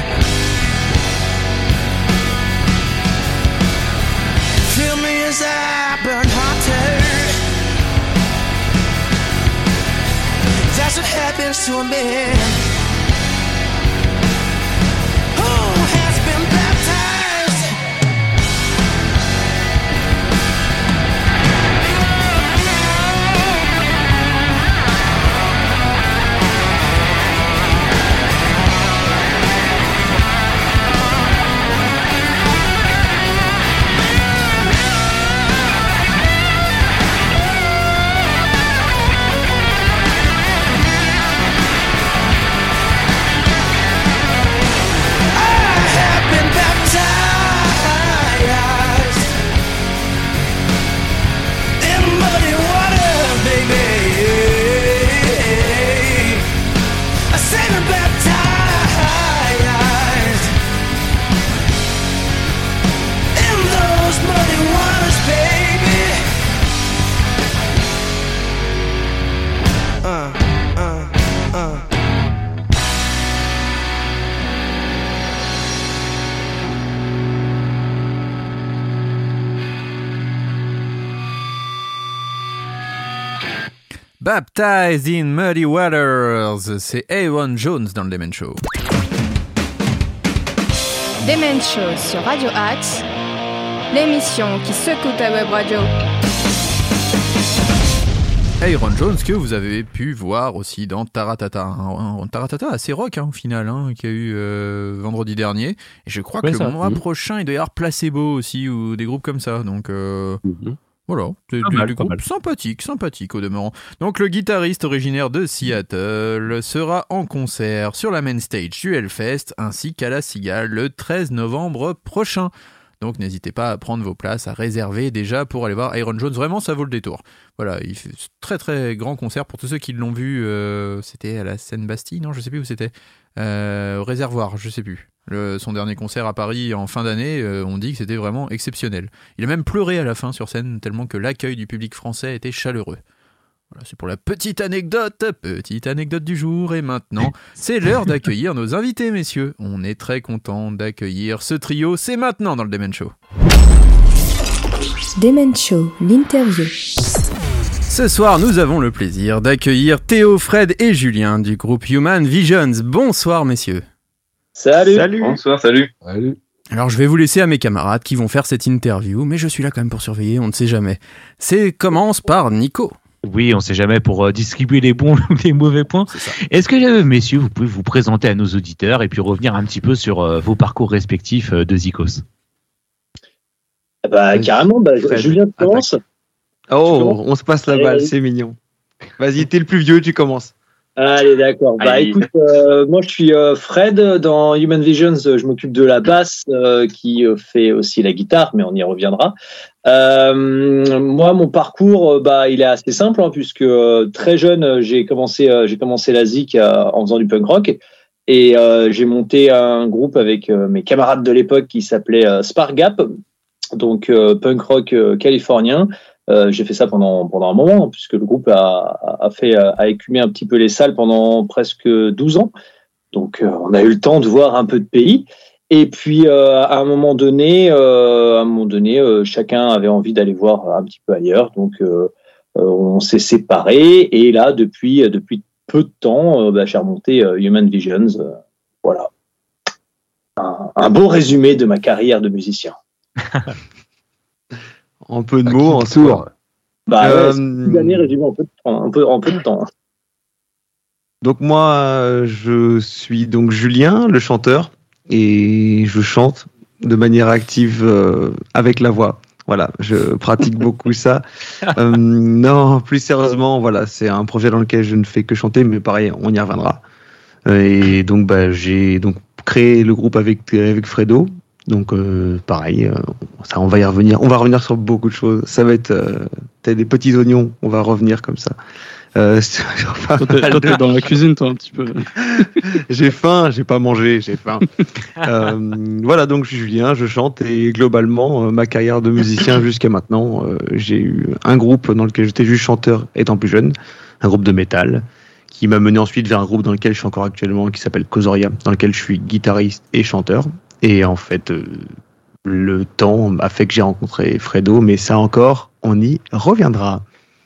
Feel me as I burn hotter. That's what happens to a man who has been baptized. Baptized in Muddy Waters, c'est Aaron Jones dans le Demen Show. Demen Show sur Radio Axe, l'émission qui secoue ta web radio. Aaron Jones que vous avez pu voir aussi dans Taratata, un, un Taratata assez rock hein, au final, hein, qui a eu euh, vendredi dernier. Et je crois ouais, que le mois mmh. prochain il doit y avoir Placebo aussi ou des groupes comme ça. Donc euh, mmh. voilà, c'est ah, du, mal, du groupe sympathique, sympathique au demeurant. Donc le guitariste originaire de Seattle sera en concert sur la main stage du Hellfest ainsi qu'à la Cigale le treize novembre prochain. Donc n'hésitez pas à prendre vos places, à réserver déjà pour aller voir Aaron Jones. Vraiment, ça vaut le détour. Voilà, il fait très très grand concert pour tous ceux qui l'ont vu. Euh, c'était à la Seine-Bastille, non, je sais plus où c'était. Euh, au Réservoir, je sais plus. Le, son dernier concert à Paris en fin d'année, euh, on dit que c'était vraiment exceptionnel. Il a même pleuré à la fin sur scène tellement que l'accueil du public français était chaleureux. Voilà, c'est pour la petite anecdote, petite anecdote du jour. Et maintenant, c'est l'heure d'accueillir nos invités, messieurs. On est très content d'accueillir ce trio. C'est maintenant dans le Demen Show. Demen Show, l'interview. Ce soir, nous avons le plaisir d'accueillir Théo, Fred et Julien du groupe Human Visions. Bonsoir, messieurs. Salut. Salut. Bonsoir, salut. Salut. Alors je vais vous laisser à mes camarades qui vont faire cette interview, mais je suis là quand même pour surveiller, on ne sait jamais. C'est commence par Nico. Oui, on ne sait jamais pour euh, distribuer les bons ou les mauvais points. Est-ce que, euh, messieurs, vous pouvez vous présenter à nos auditeurs et puis revenir un petit peu sur euh, vos parcours respectifs euh, de Zikos? Bah, carrément, bah, Julien commence. Oh, on se passe la balle, c'est mignon. Vas-y, t'es le plus vieux, tu commences. Allez, d'accord. Bah Allez. écoute, euh, moi je suis euh, Fred. Dans Human Visions, euh, je m'occupe de la basse, euh, qui euh, fait aussi la guitare, mais on y reviendra. Euh, moi, mon parcours, euh, bah, il est assez simple, hein, puisque euh, très jeune, euh, j'ai commencé, euh, j'ai commencé la zik euh, en faisant du punk rock, et euh, j'ai monté un groupe avec euh, mes camarades de l'époque qui s'appelait euh, Spark Gap, donc euh, punk rock euh, californien. Euh, j'ai fait ça pendant pendant un moment, hein, puisque le groupe a, a fait a écumé un petit peu les salles pendant presque douze ans. Donc euh, on a eu le temps de voir un peu de pays. Et puis euh, à un moment donné, euh, à un moment donné, euh, chacun avait envie d'aller voir un petit peu ailleurs. Donc euh, euh, on s'est séparés. Et là, depuis depuis peu de temps, euh, bah, j'ai remonté euh, Human Visions. Euh, voilà, un, un beau résumé de ma carrière de musicien. En peu de mots, en tour. Bah Euh, ouais, c'est une dernière résumé en peu de temps. Un peu, en peu de temps. Donc moi, euh, je suis donc Julien, le chanteur, et je chante de manière active euh, avec la voix. Voilà, je pratique beaucoup ça. Euh, non, plus sérieusement, voilà, c'est un projet dans lequel je ne fais que chanter, mais pareil, on y reviendra. Et donc, bah, j'ai donc créé le groupe avec avec Fredo. Donc, euh, pareil, euh, ça, on va y revenir. On va revenir sur beaucoup de choses. Ça va être euh, t'as des petits oignons. On va revenir comme ça. Euh, sur pas Toi, t'es, mal toi, de- t'es dans la cuisine, toi, un petit peu. J'ai faim, j'ai pas mangé, j'ai faim. Euh, voilà, donc je suis Julien, je chante et globalement, euh, ma carrière de musicien jusqu'à maintenant, euh, j'ai eu un groupe dans lequel j'étais juste chanteur étant plus jeune, un groupe de métal, qui m'a mené ensuite vers un groupe dans lequel je suis encore actuellement, qui s'appelle Kozoria, dans lequel je suis guitariste et chanteur. Et en fait, euh, le temps a fait que j'ai rencontré Fredo, mais ça encore, on y reviendra.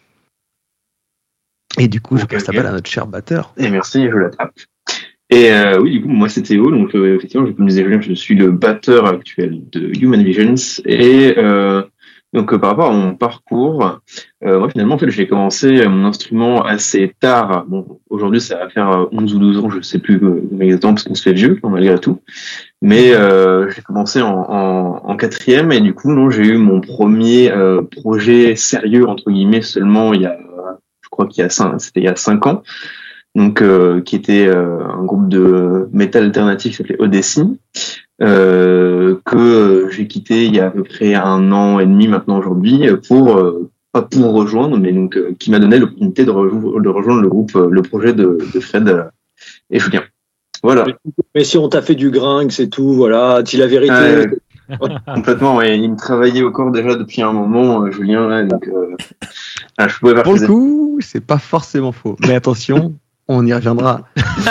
Et du coup, je Ok, passe la ok. balle à notre cher batteur. Et merci, je l'attrape. Et euh, oui, du coup, moi c'est Théo, donc euh, effectivement, comme disait Julien, je suis le batteur actuel de Human Visions. Et euh, donc euh, par rapport à mon parcours, euh, moi finalement, en fait, j'ai commencé euh, mon instrument assez tard. Bon, aujourd'hui, ça va faire euh, onze ou douze ans, je sais plus euh, exactement, parce qu'on se fait vieux, malgré tout. Mais euh, j'ai commencé en, en, en quatrième, et du coup, non, j'ai eu mon premier euh, projet sérieux, entre guillemets, seulement il y a, je crois qu'il y a cinq, c'était il y a cinq ans. Donc euh, qui était euh, un groupe de métal alternatif qui s'appelait Odyssey, euh, que euh, j'ai quitté il y a à peu près un an et demi maintenant aujourd'hui pour euh, pas pour rejoindre, mais donc euh, qui m'a donné l'opportunité de, rejo- de rejoindre le groupe, euh, le projet de, de Fred euh, et Julien. Voilà. Mais si on t'a fait du gringue, c'est tout, voilà, dis la vérité. Euh, complètement, ouais. Il me travaillait au corps déjà depuis un moment, euh, Julien, là, donc euh, ah, je pouvais pas Pour le faire- coup, c'est pas forcément faux. Mais attention, on y reviendra.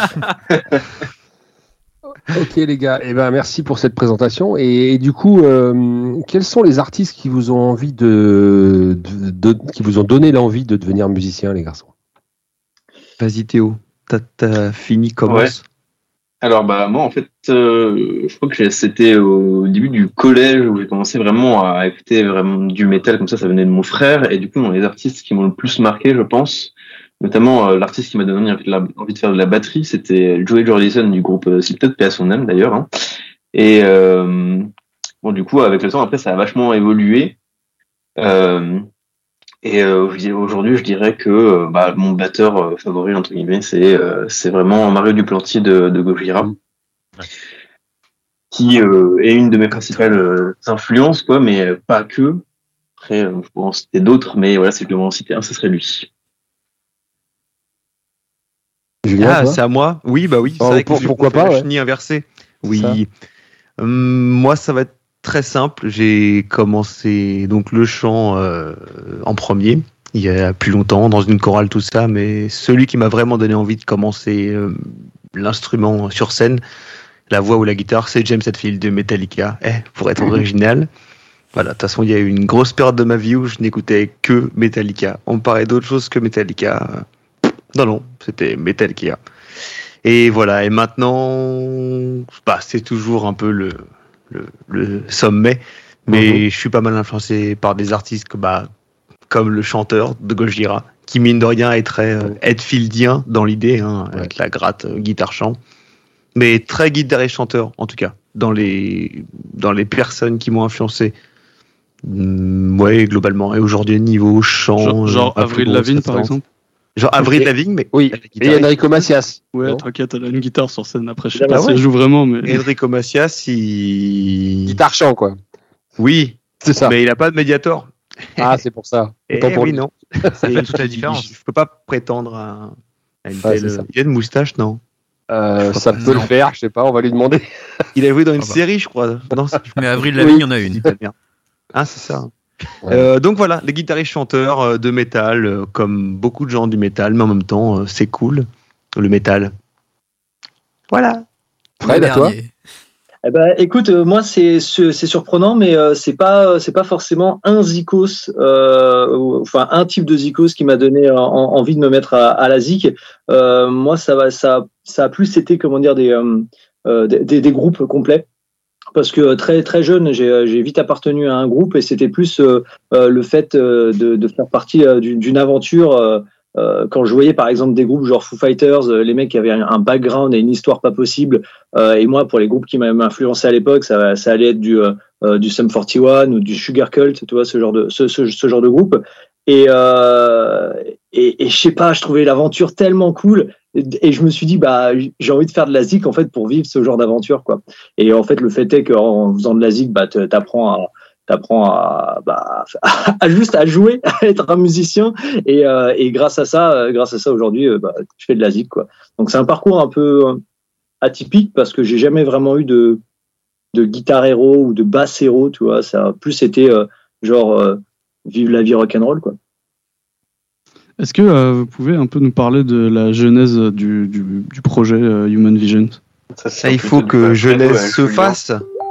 Ok les gars, eh ben merci pour cette présentation. Et, et du coup, euh, quels sont les artistes qui vous ont envie de, de- de- qui vous ont donné l'envie de devenir musicien, les garçons? Vas-y Théo, t'as, t'as fini, commence. Alors bah moi en fait euh, je crois que j'ai- c'était au début du collège où j'ai commencé vraiment à écouter vraiment du métal comme ça, ça venait de mon frère, et du coup dans les artistes qui m'ont le plus marqué je pense, notamment euh, l'artiste qui m'a donné envie de, la- envie de faire de la batterie, c'était Joey Jordison du groupe euh, Slipknot, paix à son âme d'ailleurs, hein. Et euh, bon du coup avec le temps après ça a vachement évolué. Euh, Et euh, aujourd'hui, je dirais que euh, bah, mon batteur euh, favori entre guillemets, c'est euh, c'est vraiment Mario Duplantier de, de Gojira, qui euh, est une de mes principales euh, influences, quoi, mais pas que. Après, euh, je pourrais en citer d'autres, mais voilà, si je devais en citer un, ce serait lui. Julien, Ah, toi c'est à moi. Oui, bah oui. Oh, C'est vrai pour- que pourquoi on fait la pas, ouais. chenille inversée. Oui. Ça. Hum, moi, ça va être très simple. J'ai commencé donc le chant euh, en premier, il y a plus longtemps, dans une chorale, tout ça. Mais celui qui m'a vraiment donné envie de commencer euh, l'instrument sur scène, la voix ou la guitare, c'est James Hetfield de Metallica. Eh, pour être original. Voilà, de toute façon, il y a eu une grosse période de ma vie où je n'écoutais que Metallica. On me parlait d'autre chose que Metallica. Non, non, c'était Metallica. Et voilà, et maintenant, bah, c'est toujours un peu le, le, le sommet, mais je suis pas mal influencé par des artistes que, bah, comme le chanteur de Gojira, qui mine de rien est très euh, Hetfieldien dans l'idée, hein, avec la gratte euh, guitare-chant, mais très guitare et chanteur, en tout cas, dans les, dans les personnes qui m'ont influencé. Mm, ouais, globalement. Et aujourd'hui, niveau chant. Genre, genre euh, à Avril plus grosse Lavigne, par référence. exemple. Genre Avril Lavigne, mais oui. Et Enrico Macias. Ouais, non t'inquiète, elle a une guitare sur scène. Après, je sais Ah pas bah si ouais. elle joue vraiment, mais. Enrico Macias, il. Guitare chant, quoi. Oui, c'est ça. Mais il a pas de Mediator. Ah, c'est pour ça. Et Autant pour oui, lui. non. C'est toute la différence. Je peux pas prétendre à, à une Ouais, telle. c'est ça. Il a une moustache, non Euh, ça peut le faire, je sais pas, on va lui demander. Il a joué dans une Ah bah. série, je crois. Non, c'est- Mais Avril Lavigne, il y en a une. Ah, c'est ça. Ouais. Euh, donc voilà, les guitaristes chanteurs euh, de métal, euh, comme beaucoup de gens du métal, mais en même temps, euh, c'est cool, le métal. Voilà. Fred, à toi. Eh ben, écoute, euh, moi c'est c'est c'est surprenant, mais euh, c'est pas c'est pas forcément un zikos, euh, ou- enfin un type de zikos qui m'a donné euh, en- envie de me mettre à, à la zik. Euh, moi, ça va ça ça a plus été comment dire des euh, euh, des, des, des groupes complets. Parce que très très jeune, j'ai j'ai vite appartenu à un groupe et c'était plus euh, euh, le fait euh, de, de faire partie euh, d'une d'une aventure. Euh, euh, quand je voyais par exemple des groupes genre Foo Fighters, euh, les mecs qui avaient un, un background et une histoire pas possible. Euh, et moi, pour les groupes qui m'avaient influencé à l'époque, ça, ça allait être du euh, euh, du Sum quarante et un ou du Sugar Cult, tu vois, ce genre de ce, ce, ce genre de groupe. Et euh, et, et je sais pas, je trouvais l'aventure tellement cool. Et je me suis dit, bah, j'ai envie de faire de la zik en fait pour vivre ce genre d'aventure, quoi. Et en fait, le fait est qu'en faisant de la zik, bah, t'apprends à, t'apprends à, bah, à juste à jouer, à être un musicien. Et, euh, et grâce à ça, grâce à ça, aujourd'hui, bah, je fais de la zik, quoi. Donc c'est un parcours un peu atypique parce que j'ai jamais vraiment eu de de guitare héros ou de basse héros, tu vois. Ça a plus été euh, genre euh, vivre la vie rock'n'roll, quoi. Est-ce que euh, vous pouvez un peu nous parler de la genèse du, du, du projet euh, Human Vision? Ça, ça il faut que Genèse se fasse.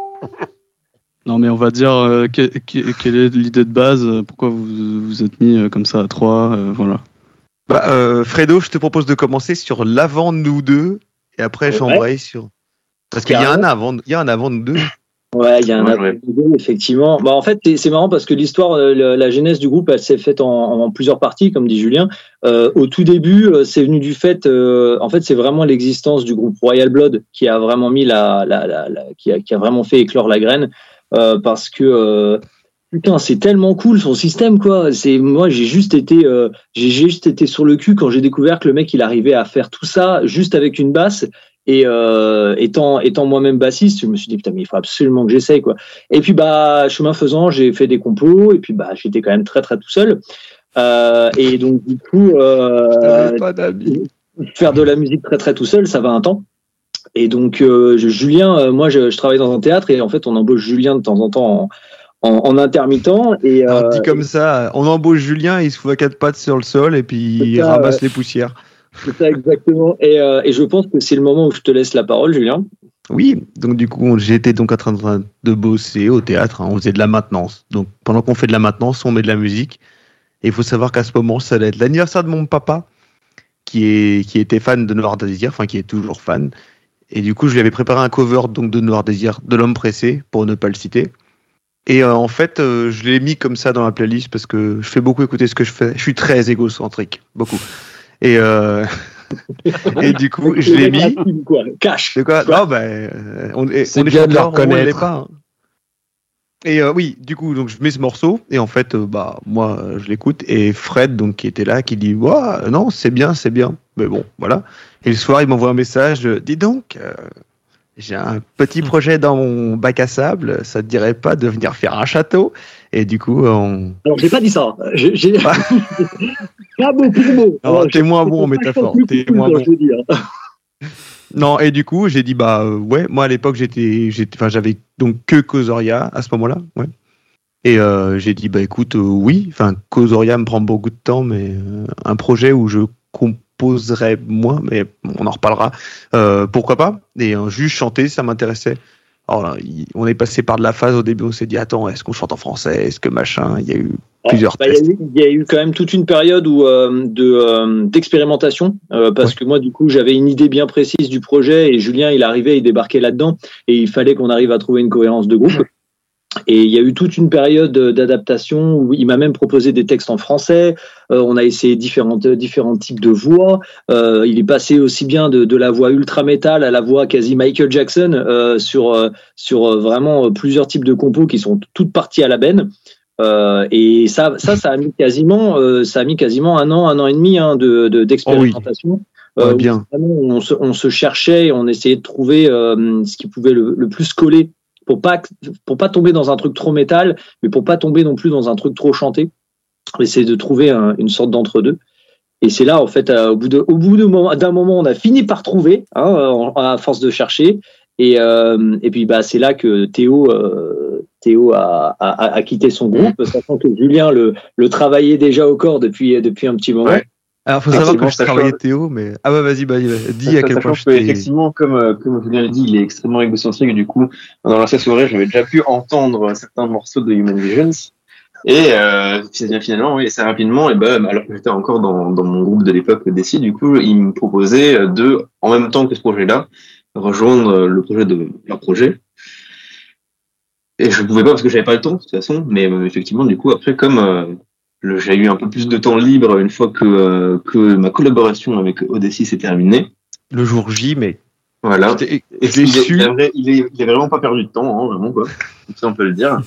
Non, mais on va dire euh, que, que, quelle est l'idée de base, pourquoi vous vous êtes mis euh, comme ça à trois, euh, voilà. Bah, euh, Fredo, je te propose de commencer sur l'avant de nous deux et après Ouais. j'embraye sur. Parce qu'il y a un avant, il y a un avant de nous deux. Ouais, il y a un Moi, après effectivement. Bah, en fait, c'est- c'est marrant parce que l'histoire, euh, la, la genèse du groupe, elle s'est faite en, en plusieurs parties, comme dit Julien. Euh, au tout début, euh, c'est venu du fait, euh, en fait, c'est vraiment l'existence du groupe Royal Blood qui a vraiment mis la, la, la, la- qui a, qui a vraiment fait éclore la graine, euh, parce que euh, putain, c'est tellement cool son système, quoi. C'est moi, j'ai juste été, euh, j'ai j'ai juste été sur le cul quand j'ai découvert que le mec, il arrivait à faire tout ça juste avec une basse. Et euh, étant étant moi-même bassiste, je me suis dit putain mais il faut absolument que j'essaye, quoi. Et puis bah chemin faisant, j'ai fait des compos et puis bah j'étais quand même très très tout seul. Euh, et donc du coup euh, Pas d'amis. faire de la musique très très tout seul, ça va un temps. Et donc euh, je- Julien, euh, moi je, je travaille dans un théâtre et en fait on embauche Julien de temps en temps en, en, en intermittent. Et Alors, euh, dit comme ça, on embauche Julien, il se fout à quatre pattes sur le sol et puis il C'est ça, ramasse ouais. les poussières. c'est ça exactement. Et, euh, et je pense que c'est le moment où je te laisse la parole, Julien. Oui, donc du coup, j'étais donc en train de, de bosser au théâtre, hein, on faisait de la maintenance. Donc pendant qu'on fait de la maintenance, on met de la musique. Et il faut savoir qu'à ce moment, ça allait être l'anniversaire de mon papa, qui, est, qui était fan de Noir Désir, enfin qui est toujours fan. Et du coup, je lui avais préparé un cover donc, de Noir Désir, de L'Homme Pressé, pour ne pas le citer. Et euh, en fait, euh, je l'ai mis comme ça dans la playlist parce que je fais beaucoup écouter ce que je fais. Je suis très égocentrique, beaucoup. Et, euh... et du coup, je l'ai mis. Quoi, cash. C'est quoi? Non, ben, euh, on, est- C'est on est bien de le chanteur, on reconnaître. l'est pas. hein. Et euh, oui, du coup, donc je mets ce morceau et en fait, euh, bah moi, euh, je l'écoute et Fred, donc qui était là, qui dit, ouais, non, c'est bien, c'est bien. Mais bon, voilà. Et le soir, il m'envoie un message. euh, Dis donc, euh, j'ai un petit projet dans mon bac à sable. Ça te dirait pas de venir faire un château? Et du coup, on. Alors j'ai pas dit ça. J'ai j'ai- pas beaucoup de mots. Alors, Alors, t'es je- moins je- bon en je- je- métaphore. je- je- T'es je- moins je- bon. je veux dire. Non, et du coup, j'ai dit, bah euh, ouais, moi à l'époque, j'étais, j'étais, enfin, j'avais donc que Kozoria à ce moment-là, ouais. Et euh, j'ai dit, bah écoute, euh, oui, enfin, Kozoria me prend beaucoup de temps, mais euh, un projet où je composerais moins, mais on en reparlera, euh, pourquoi pas. Et euh, juste chanter, ça m'intéressait. Alors là, il- on est passé par de la phase au début, on s'est dit, attends, est-ce qu'on chante en français? Est-ce que machin? Il y a eu plusieurs Bah, Il y, a eu- il y a eu quand même toute une période où, euh, de, euh, d'expérimentation, euh, parce que moi, du coup, j'avais une idée bien précise du projet et Julien, il arrivait, il débarquait là-dedans et il fallait qu'on arrive à trouver une cohérence de groupe. Et il y a eu toute une période d'adaptation où il m'a même proposé des textes en français. Euh, on a essayé différentes, différents types de voix. Euh, il est passé aussi bien de, de la voix ultra métal à la voix quasi Michael Jackson euh, sur, euh, sur euh, vraiment plusieurs types de compos qui sont toutes parties à la benne. Euh, et ça, ça, ça a mis quasiment, euh, ça a mis quasiment un an, un an et demi hein, de, de d'expérimentation. Oh oui. Euh, Ah, bien. où vraiment, on, se, on se cherchait, et on essayait de trouver euh, ce qui pouvait le, le plus coller pour pas pour pas tomber dans un truc trop métal, mais pour pas tomber non plus dans un truc trop chanté. On essayait de trouver un, une sorte d'entre-deux. Et c'est là, en fait, euh, au bout de, au bout de moment, d'un moment, on a fini par trouver, hein, à force de chercher. Et, euh, et puis, bah, c'est là que Théo, euh, Théo a, a, a quitté son groupe, sachant que Julien le, le travaillait déjà au corps depuis, depuis un petit moment. Ouais. Alors, faut Ah, savoir c'est que bon, je ça travaillais change. Théo, mais ah ouais, vas-y, vas-y, vas-y. dis à quel point je que, t'ai. effectivement, comme euh, comme Julien l'a dit, il est extrêmement égocentrique et du coup, dans la soirée, j'avais déjà pu entendre certains morceaux de Human Visions. Et euh, finalement, oui, assez rapidement, et ben, alors que j'étais encore dans, dans mon groupe de l'époque Desi, du coup, ils me proposaient de, en même temps que ce projet-là, rejoindre le projet de leur projet. Et je pouvais pas parce que j'avais pas le temps, de toute façon, mais euh, effectivement, du coup, après, comme euh, le- j'ai eu un peu plus de temps libre une fois que, euh, que ma collaboration avec Odyssey s'est terminée. Le jour J, mais. Voilà. J'étais Et puis, il, est, déçu. il, a vrai- il, est, il a vraiment pas perdu de temps, hein, vraiment, quoi. Comme ça, on peut le dire.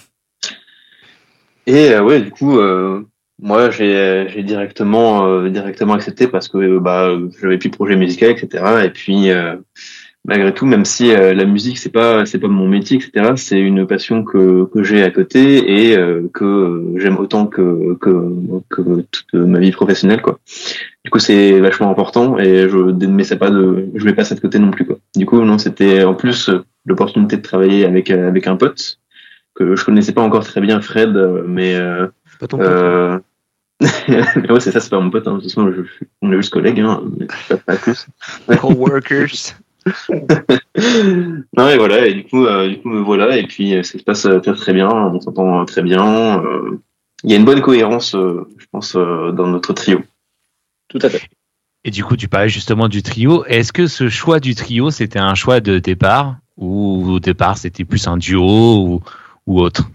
Et euh, ouais, du coup, euh, moi, j'ai, j'ai directement, euh, directement accepté parce que euh, bah, j'avais plus de projet musical, et cetera. Et puis, euh, malgré tout, même si euh, la musique c'est pas, c'est pas mon métier, et cetera. C'est une passion que que j'ai à côté et euh, que j'aime autant que que que toute ma vie professionnelle, quoi. Du coup, c'est vachement important et je ne ça pas de, je vais pas ça de côté non plus, quoi. Du coup, non, c'était en plus euh, l'opportunité de travailler avec euh, avec un pote que je connaissais pas encore très bien, Fred, euh, mais euh, Pas ton pote. euh... mais ouais, c'est ça, c'est pas mon pote. Hein. De toute façon, je, je, on est juste collègues, hein, mais pas, pas plus. Coworkers. Non et voilà, et du coup, euh, du coup, me voilà, et puis euh, ça se passe euh, très très bien, on s'entend euh, très bien. euh, Il y a une bonne cohérence, euh, je pense, euh, dans notre trio. Tout à fait. Et du coup, tu parlais justement du trio. Est-ce que ce choix du trio, c'était un choix de départ ou au départ, c'était plus un duo ou, ou autre?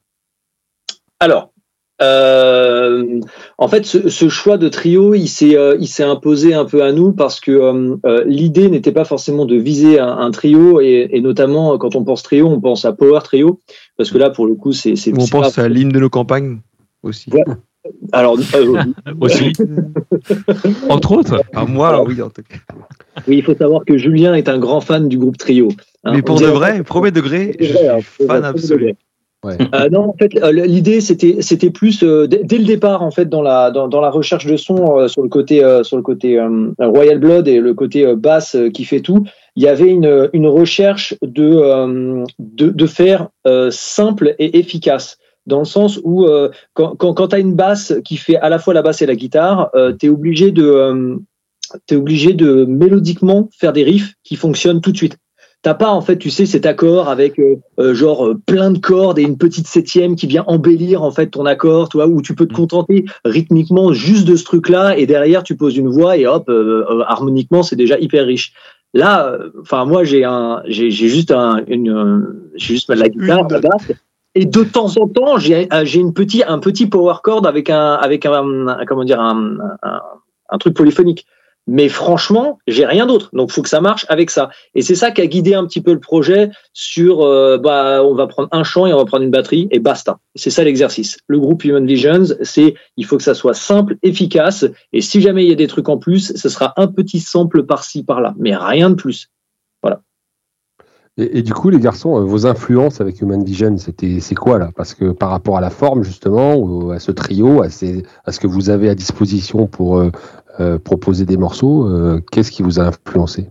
Alors, euh, en fait, ce, ce choix de trio, il s'est, euh, il s'est imposé un peu à nous parce que euh, euh, l'idée n'était pas forcément de viser un, un trio et, et notamment quand on pense trio, on pense à Power Trio parce que là, pour le coup, c'est. c'est On c'est pense pas- à l'hymne de nos campagnes aussi. Ouais. Alors, euh, Aussi. Entre autres. Ah, moi, Alors, oui, en tout cas. oui, il faut savoir que Julien est un grand fan du groupe Trio. Hein, Mais on pour de dirait- vrai, premier degré, je C'est vrai, hein, suis c'est vrai, fan premier absolu. degré. Ouais. Euh, non, en fait, euh, l'idée c'était c'était plus euh, dès, dès le départ en fait dans la dans, dans la recherche de son euh, sur le côté euh, sur le côté euh, Royal Blood et le côté euh, basse euh, qui fait tout. Il y avait une une recherche de euh, de, de faire euh, simple et efficace. Dans le sens où euh, quand quand, quand tu as une basse qui fait à la fois la basse et la guitare, euh, tu es obligé de euh, t'es obligé de mélodiquement faire des riffs qui fonctionnent tout de suite. T'as pas en fait, tu sais, cet accord avec euh, euh, genre euh, plein de cordes et une petite septième qui vient embellir en fait ton accord, tu vois, où tu peux te contenter rythmiquement juste de ce truc-là et derrière tu poses une voix et hop, euh, euh, harmoniquement c'est déjà hyper riche. Là, enfin moi j'ai un, j'ai j'ai juste un, une, euh, j'ai juste la guitare, la basse. Et de temps en temps, j'ai j'ai une petit un petit power chord avec un avec un, un comment dire un, un un truc polyphonique. Mais franchement, j'ai rien d'autre. Donc, faut que ça marche avec ça. Et c'est ça qui a guidé un petit peu le projet sur, euh, bah, on va prendre un chant et on va prendre une batterie et basta. C'est ça l'exercice. Le groupe Human Visions, c'est, il faut que ça soit simple, efficace. Et si jamais il y a des trucs en plus, ce sera un petit sample par-ci, par-là. Mais rien de plus. Voilà. Et, et du coup, les garçons, euh, vos influences avec Human Vision, c'était, c'est quoi là? Parce que par rapport à la forme, justement, ou à ce trio, à, ces, à ce que vous avez à disposition pour euh, euh, proposer des morceaux, euh, qu'est-ce qui vous a influencé?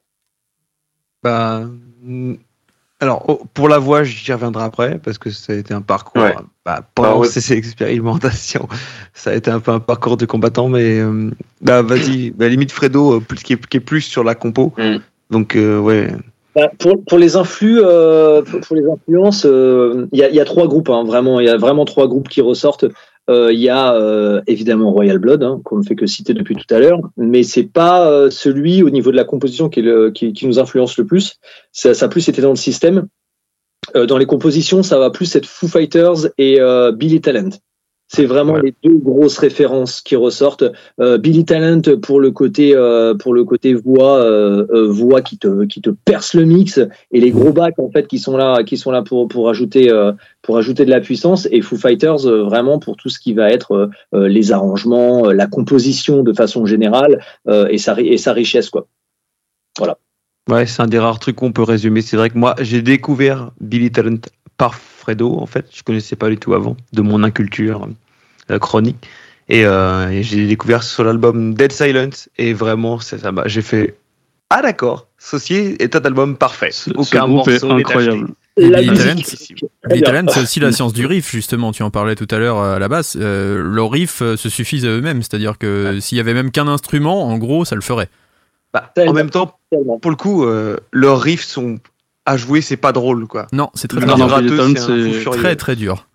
Bah, mm, alors, oh, pour la voix, j'y reviendrai après, parce que ça a été un parcours. Ouais. Bah, pendant Ah ouais. ces, ces expérimentations, ça a été un peu un parcours de combattant, mais euh, bah, vas-y, bah, limite Fredo, euh, plus- qui, est, qui est plus sur la compo. Mm. Donc, euh, ouais. Bah, pour, pour les influx, euh, pour, pour les influences, euh, il y, a, il y a trois groupes, hein, vraiment. Il y a vraiment trois groupes qui ressortent. Euh, Il y a euh, évidemment Royal Blood, hein, qu'on ne fait que citer depuis tout à l'heure, mais c'est pas euh, celui au niveau de la composition qui, est le, qui, qui nous influence le plus. Ça, ça a plus été dans le système. Euh, dans les compositions, ça va plus être Foo Fighters et euh, Billy Talent. C'est vraiment Ouais. les deux grosses références qui ressortent. Euh, Billy Talent pour le côté euh, pour le côté voix euh, euh, voix qui te qui te perce le mix, et les gros bacs en fait qui sont là qui sont là pour pour ajouter euh, pour ajouter de la puissance, et Foo Fighters euh, vraiment pour tout ce qui va être euh, euh, les arrangements, euh, la composition de façon générale euh, et sa ri- et sa richesse quoi. Voilà. Ouais, c'est un des rares trucs qu'on peut résumer. C'est vrai que moi, j'ai découvert Billy Talent par Fredo, en fait. Je connaissais pas du tout avant, de mon inculture euh, chronique. Et, euh, et j'ai découvert sur l'album Dead Silence. Et vraiment, ça, ça m'a- j'ai fait ah d'accord, ceci est un album parfait. Ce, Aucun ce groupe est morceau n'est incroyable. Et La Billy musique, Talent, c'est très Billy bien. Talent, c'est aussi la science du riff, justement. Tu en parlais tout à l'heure euh, à la basse. Euh, leurs riffs euh, se suffisent à eux-mêmes. C'est-à-dire que s'il y avait même qu'un instrument, en gros, ça le ferait. Bah, en Tellement. même temps, Tellement. pour le coup, euh, leurs riffs sont à jouer, c'est pas drôle, quoi. Non, c'est très, Le très Non, dur. non, Billy gratteux, Talent, c'est un fou c'est furieux. Très, très dur.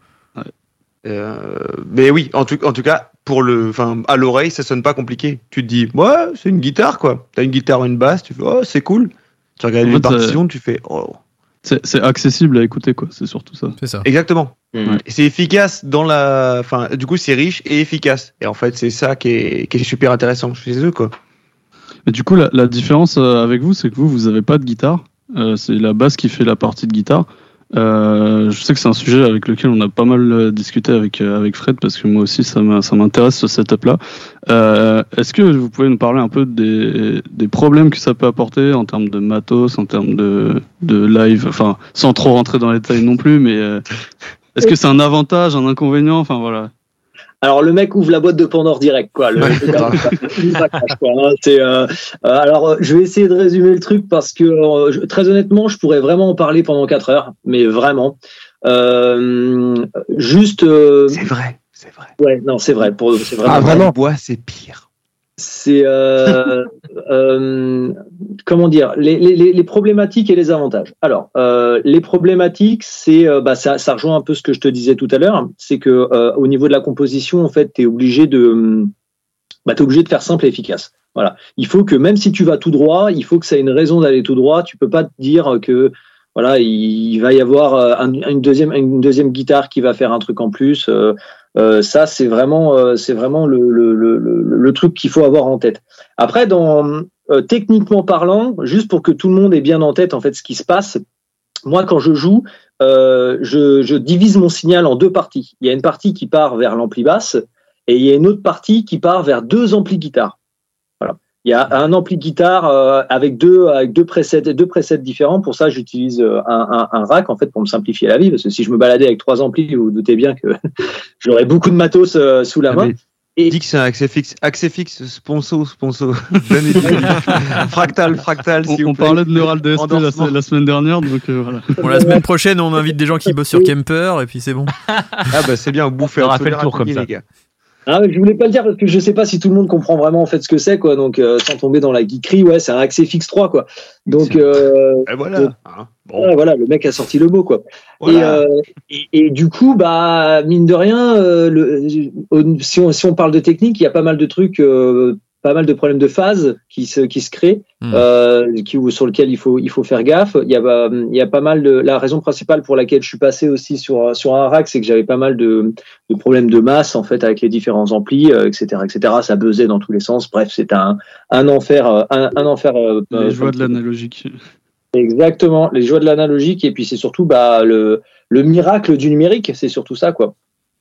Euh, mais oui, en tout, en tout cas, pour le, enfin, à l'oreille, ça sonne pas compliqué. Tu te dis, ouais, c'est une guitare, quoi. T'as une guitare, une basse, tu fais, oh, c'est cool. Tu regardes En une fait, partition, tu fais, oh. C'est c'est accessible à écouter, quoi. C'est surtout ça. C'est ça. Exactement. Mm. Et c'est efficace dans la, enfin, du coup, c'est riche et efficace. Et en fait, c'est ça qui est, qui est super intéressant chez eux, quoi. Et du coup, la, la différence euh, avec vous, c'est que vous, vous avez pas de guitare. Euh, c'est la basse qui fait la partie de guitare. Euh, je sais que c'est un sujet avec lequel on a pas mal euh, discuté avec euh, avec Fred, parce que moi aussi ça m'a- ça m'intéresse ce setup-là. Euh, Est-ce que vous pouvez nous parler un peu des des problèmes que ça peut apporter en termes de matos, en termes de de live, enfin sans trop rentrer dans les détails non plus, mais euh, est-ce que c'est un avantage, un inconvénient, enfin voilà. Alors le mec ouvre la boîte de Pandore direct quoi. Le, le gars, il crache, quoi, hein. C'est, euh, euh, alors euh, je vais essayer de résumer le truc parce que euh, je- très honnêtement je pourrais vraiment en parler pendant quatre heures, mais vraiment. Euh, juste. euh, C'est vrai, c'est vrai. Ouais non c'est vrai pour c'est vraiment. Ah, vraiment Le bois, c'est pire. C'est euh, euh, comment dire les, les, les problématiques et les avantages. Alors euh, les problématiques, c'est euh, bah ça, ça rejoint un peu ce que je te disais tout à l'heure, c'est que euh, au niveau de la composition, en fait, t'es obligé de bah t'es obligé de faire simple et efficace. Voilà. Il faut que même si tu vas tout droit, il faut que ça ait une raison d'aller tout droit. Tu peux pas te dire que voilà il va y avoir euh, un, une deuxième une deuxième guitare qui va faire un truc en plus. Euh, Euh, ça, c'est vraiment, euh, c'est vraiment le, le, le, le, le truc qu'il faut avoir en tête. Après, dans, euh, techniquement parlant, juste pour que tout le monde ait bien en tête en fait ce qui se passe, moi, quand je joue, euh, je, je divise mon signal en deux parties. Il y a une partie qui part vers l'ampli basse et il y a une autre partie qui part vers deux amplis guitare. Voilà. Il y a un ampli guitare euh, avec deux avec deux presets deux presets différents. Pour ça, j'utilise un, un, un rack en fait pour me simplifier la vie, parce que si je me baladais avec trois amplis, vous vous doutez bien que j'aurais beaucoup de matos euh, sous la Ah, main. mais Et Dis que c'est un accès fixe, accès fixe, sponsor, sponsor. Donnez du fractal, fractal, On, s'il vous on plaît. parlait de Neural D S P la, Endorsement. la semaine dernière, donc euh, voilà. Bon, la semaine prochaine, on invite des gens qui bossent sur Kemper, et puis c'est bon. Ah bah c'est bien, bouffer On aura un fait le tour comme ça. les gars. Ah, je voulais pas le dire parce que je sais pas si tout le monde comprend vraiment en fait ce que c'est quoi. Donc euh, sans tomber dans la geekerie, ouais, c'est un accès fixe trois quoi. Donc euh, Et voilà. donc, hein. ouais, voilà, le mec a sorti le mot quoi. Voilà. Et, euh, et, et du coup, bah mine de rien, euh, le, au- si on si on parle de technique, il y a pas mal de trucs, euh, pas mal de problèmes de phase qui se qui se créent, Hmm. euh, qui sur lequel il faut il faut faire gaffe. Il y a bah, il y a pas mal de la raison principale pour laquelle je suis passé aussi sur sur un rack, c'est que j'avais pas mal de de problèmes de masse en fait avec les différents amplis, euh, et cetera, et cetera. Ça buzzait dans tous les sens. Bref, c'est un un enfer, euh, un, un enfer. euh, Les euh, joies de l'analogique. Exactement, les joies de l'analogique, et puis c'est surtout bah le le miracle du numérique, c'est surtout ça quoi.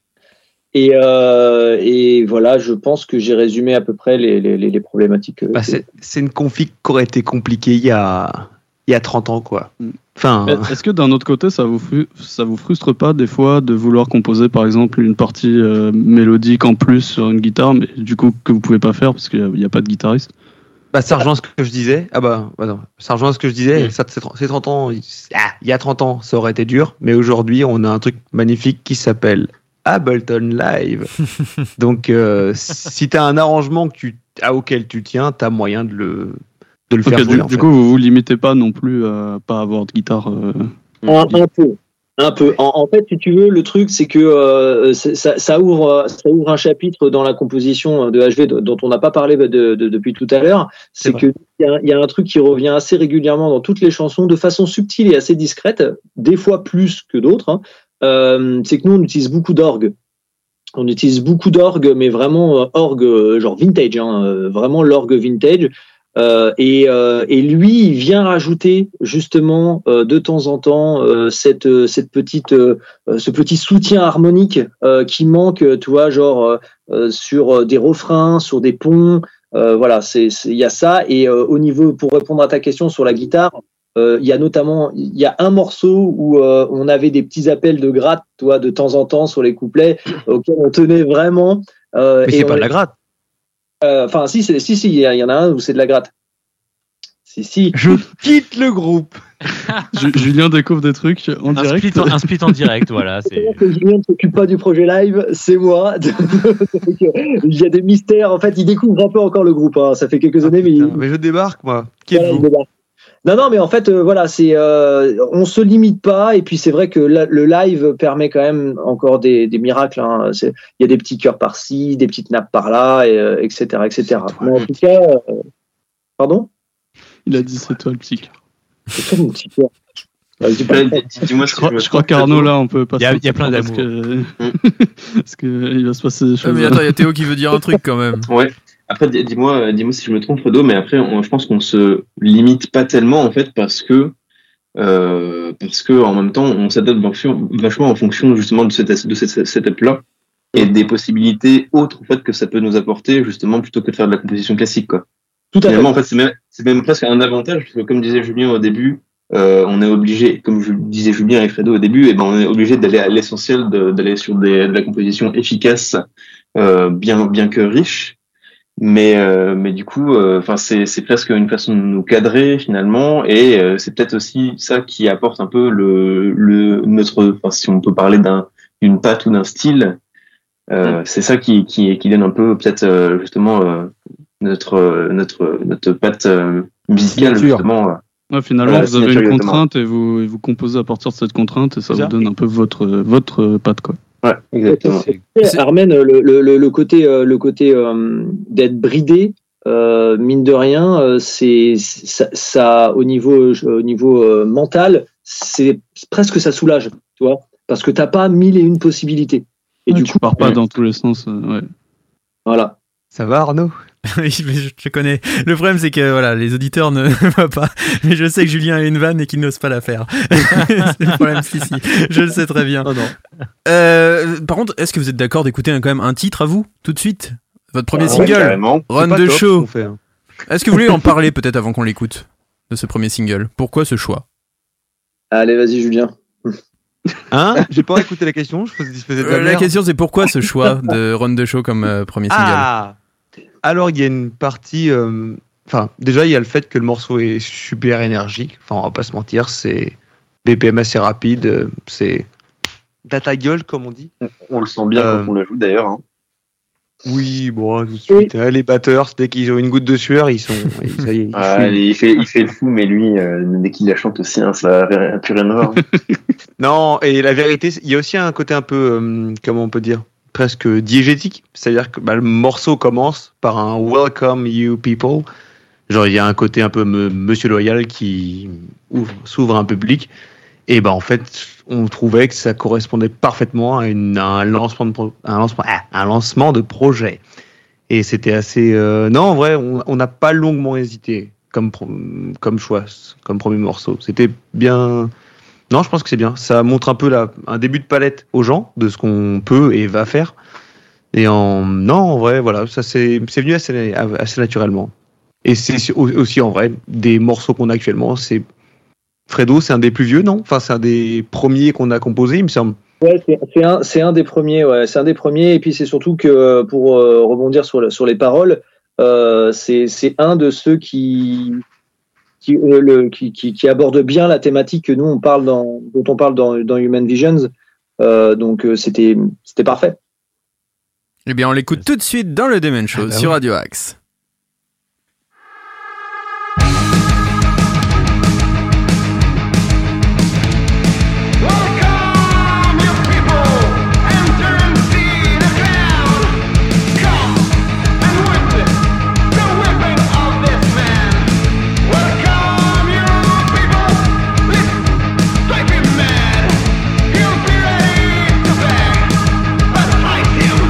Et euh, et voilà, je pense que j'ai résumé à peu près les les les problématiques. euh, Bah, c'est c'est une config qui aurait été compliquée il y a il y a trente ans quoi. Enfin. Mais Est-ce que d'un autre côté, ça vous fru- ça vous frustre pas des fois de vouloir composer par exemple une partie euh, mélodique en plus sur une guitare, mais du coup que vous pouvez pas faire parce qu'il n'y a, a pas de guitariste? Bah, ça rejoint ce que je disais. Ah bah, bah non. Ça rejoint ce que je disais. Ça, c'est c'est trente ans. il- ah, il y a trente ans, ça aurait été dur. Mais aujourd'hui, on a un truc magnifique qui s'appelle Ableton Live. Donc, euh, si t'as un arrangement que tu, à, auquel tu tiens, t'as moyen de le, de le Ok, faire jouer. du, en du fait. coup, vous vous limitez pas non plus à pas avoir de guitare. euh, Un, un peu. Un peu. En, en fait, si tu veux, le truc, c'est que euh, c'est- ça, ça ouvre, ça ouvre un chapitre dans la composition de H V dont on n'a pas parlé de, de- depuis tout à l'heure. C'est C'est que il y, a- il y a un truc qui revient assez régulièrement dans toutes les chansons, de façon subtile et assez discrète, des fois plus que d'autres. Hein. Euh, c'est que nous, on utilise beaucoup d'orgue. on utilise beaucoup d'orgue, mais vraiment euh, orgue euh, genre vintage, hein, euh, vraiment l'orgue vintage. Euh, et, euh, et lui, il vient rajouter justement euh, de temps en temps euh, cette cette petite euh, ce petit soutien harmonique euh, qui manque, tu vois, genre euh, sur des refrains, sur des ponts. Euh, voilà, c'est il y a ça. Et euh, au niveau, pour répondre à ta question sur la guitare, il euh, y a notamment il y a un morceau où euh, on avait des petits appels de gratte, tu vois, de temps en temps sur les couplets auxquels on tenait vraiment. Euh, Mais c'est pas de la gratte. Enfin, euh, si, c'est, si, si, il y, y en a un où c'est de la gratte. Si, si. Je quitte le groupe. Julien découvre des trucs en un direct. Split en, un split en direct, voilà. C'est... Que Julien ne s'occupe pas du projet live, c'est moi. Donc, il y a des mystères. En fait, il découvre un peu encore le groupe. Hein. Ça fait quelques années, mais, Putain, mais je débarque, moi. Qui voilà, êtes-vous ? Non, non, mais en fait, euh, voilà, c'est, euh, on se limite pas. Et puis, c'est vrai que la, le live permet quand même encore des, des miracles. Hein. C'est, il y a des petits chœurs par-ci, des petites nappes par-là, et, euh, et cetera, et cetera. Mais en tout cas, euh, pardon ? Il a dit c'est toi le psy. C'est toi mon petit cœur. Dis-moi, je crois, je crois qu'Arnaud là, on peut passer. Il y a, il y a plein d'amour. Parce que, parce que il va se passer des choses. Mais attends, il y a Théo qui veut dire un truc quand même. Ouais. Après, dis-moi, dis-moi si je me trompe, Fredo, mais après, on, je pense qu'on se limite pas tellement en fait parce que euh, parce que en même temps, on s'adapte vachement en fonction justement de cette de cette setup-là et des possibilités autres en fait que ça peut nous apporter justement plutôt que de faire de la composition classique, quoi. Tout à Finalement, fait. en fait, c'est même, c'est même presque un avantage, parce que comme disait Julien au début, euh, on est obligé, comme je disais Julien et Fredo au début, et ben on est obligé d'aller à l'essentiel, de, d'aller sur des, de la composition efficace, euh, bien, bien que riche. Mais, euh, mais du coup, enfin, euh, c'est, c'est presque une façon de nous cadrer finalement, et euh, c'est peut-être aussi ça qui apporte un peu le, le notre, enfin, si on peut parler d'un, d'une patte ou d'un style, euh, c'est ça qui, qui, qui donne un peu peut-être euh, justement. Euh, notre notre notre patte euh, musicale justement. Ouais, finalement, voilà, vous avez une contrainte et vous et vous composez à partir de cette contrainte et ça, ça vous donne un peu votre votre patte, quoi. Ouais, exactement. C'est... Armen, le, le, le côté le côté euh, d'être bridé, euh, mine de rien, euh, c'est ça, ça au niveau au niveau euh, mental, c'est presque ça soulage, tu vois, parce que t'as pas mille et une possibilités. Et ouais, du tu coup, pars pas ouais. dans tous les sens, euh, ouais. Voilà. Ça va, Arnaud? Oui, je, je connais. Le problème, c'est que voilà, les auditeurs ne voient pas. Mais je sais que Julien a une vanne et qu'il n'ose pas la faire. C'est le problème, si, si. Je le sais très bien. Oh non. Euh, par contre, est-ce que vous êtes d'accord d'écouter quand même un titre à vous, tout de suite? Votre premier ah, single, ouais, Run the Show. Fait, hein. Est-ce que vous voulez en parler peut-être avant qu'on l'écoute, de ce premier single? Pourquoi ce choix? Allez, vas-y, Julien. Hein? J'ai pas écouté la question, je faisais de la, euh, la question, c'est pourquoi ce choix de Run the Show comme euh, premier single? Ah. Alors, il y a une partie... Enfin, euh, déjà, il y a le fait que le morceau est super énergique. Enfin, on va pas se mentir, c'est B P M assez rapide. Euh, c'est data gueule, comme on dit. On, on le sent bien euh, quand on le joue, d'ailleurs. Hein. Oui, bon, tout de suite. Oui. Hein, les batteurs, dès qu'ils ont une goutte de sueur, ils sont... Ils, ça y est, ils ah, il, fait, il fait le fou, mais lui, euh, dès qu'il la chante aussi, hein, ça n'a plus rien à voir. Non, et la vérité, il y a aussi un côté un peu... Euh, comment on peut dire, presque diégétique, c'est-à-dire que bah, le morceau commence par un Welcome You People, genre il y a un côté un peu me, Monsieur Loyal qui ouvre, s'ouvre à un public, et bah en fait on trouvait que ça correspondait parfaitement à, une, à un lancement de pro, un lancement, ah, un lancement de projet, et c'était assez euh, non en vrai on n'a pas longuement hésité comme comme choix, comme premier morceau, c'était bien. Non, je pense que c'est bien. Ça montre un peu la, un début de palette aux gens de ce qu'on peut et va faire. Et en non, en vrai, voilà, ça c'est, c'est venu assez, assez naturellement. Et c'est aussi en vrai des morceaux qu'on a actuellement. C'est Fredo, c'est un des plus vieux, non? Enfin, c'est un des premiers qu'on a composés, il me semble. Ouais, c'est, c'est un, c'est un des premiers. Ouais, c'est un des premiers. Et puis c'est surtout que pour euh, rebondir sur le, sur les paroles, euh, c'est, c'est un de ceux qui Qui, euh, le, qui, qui, qui aborde bien la thématique que nous on parle dans, dont on parle dans, dans Human Visions, euh, donc euh, c'était, c'était parfait. Eh bien on l'écoute tout de suite dans le Demen Show ah bah sur oui. Radio Axe. Him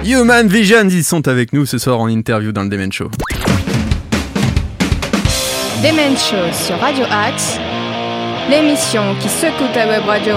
Human Visions, ils sont avec nous ce soir en interview dans le Demen Show. Demen Show sur Radio Axe, l'émission qui secoue ta web radio.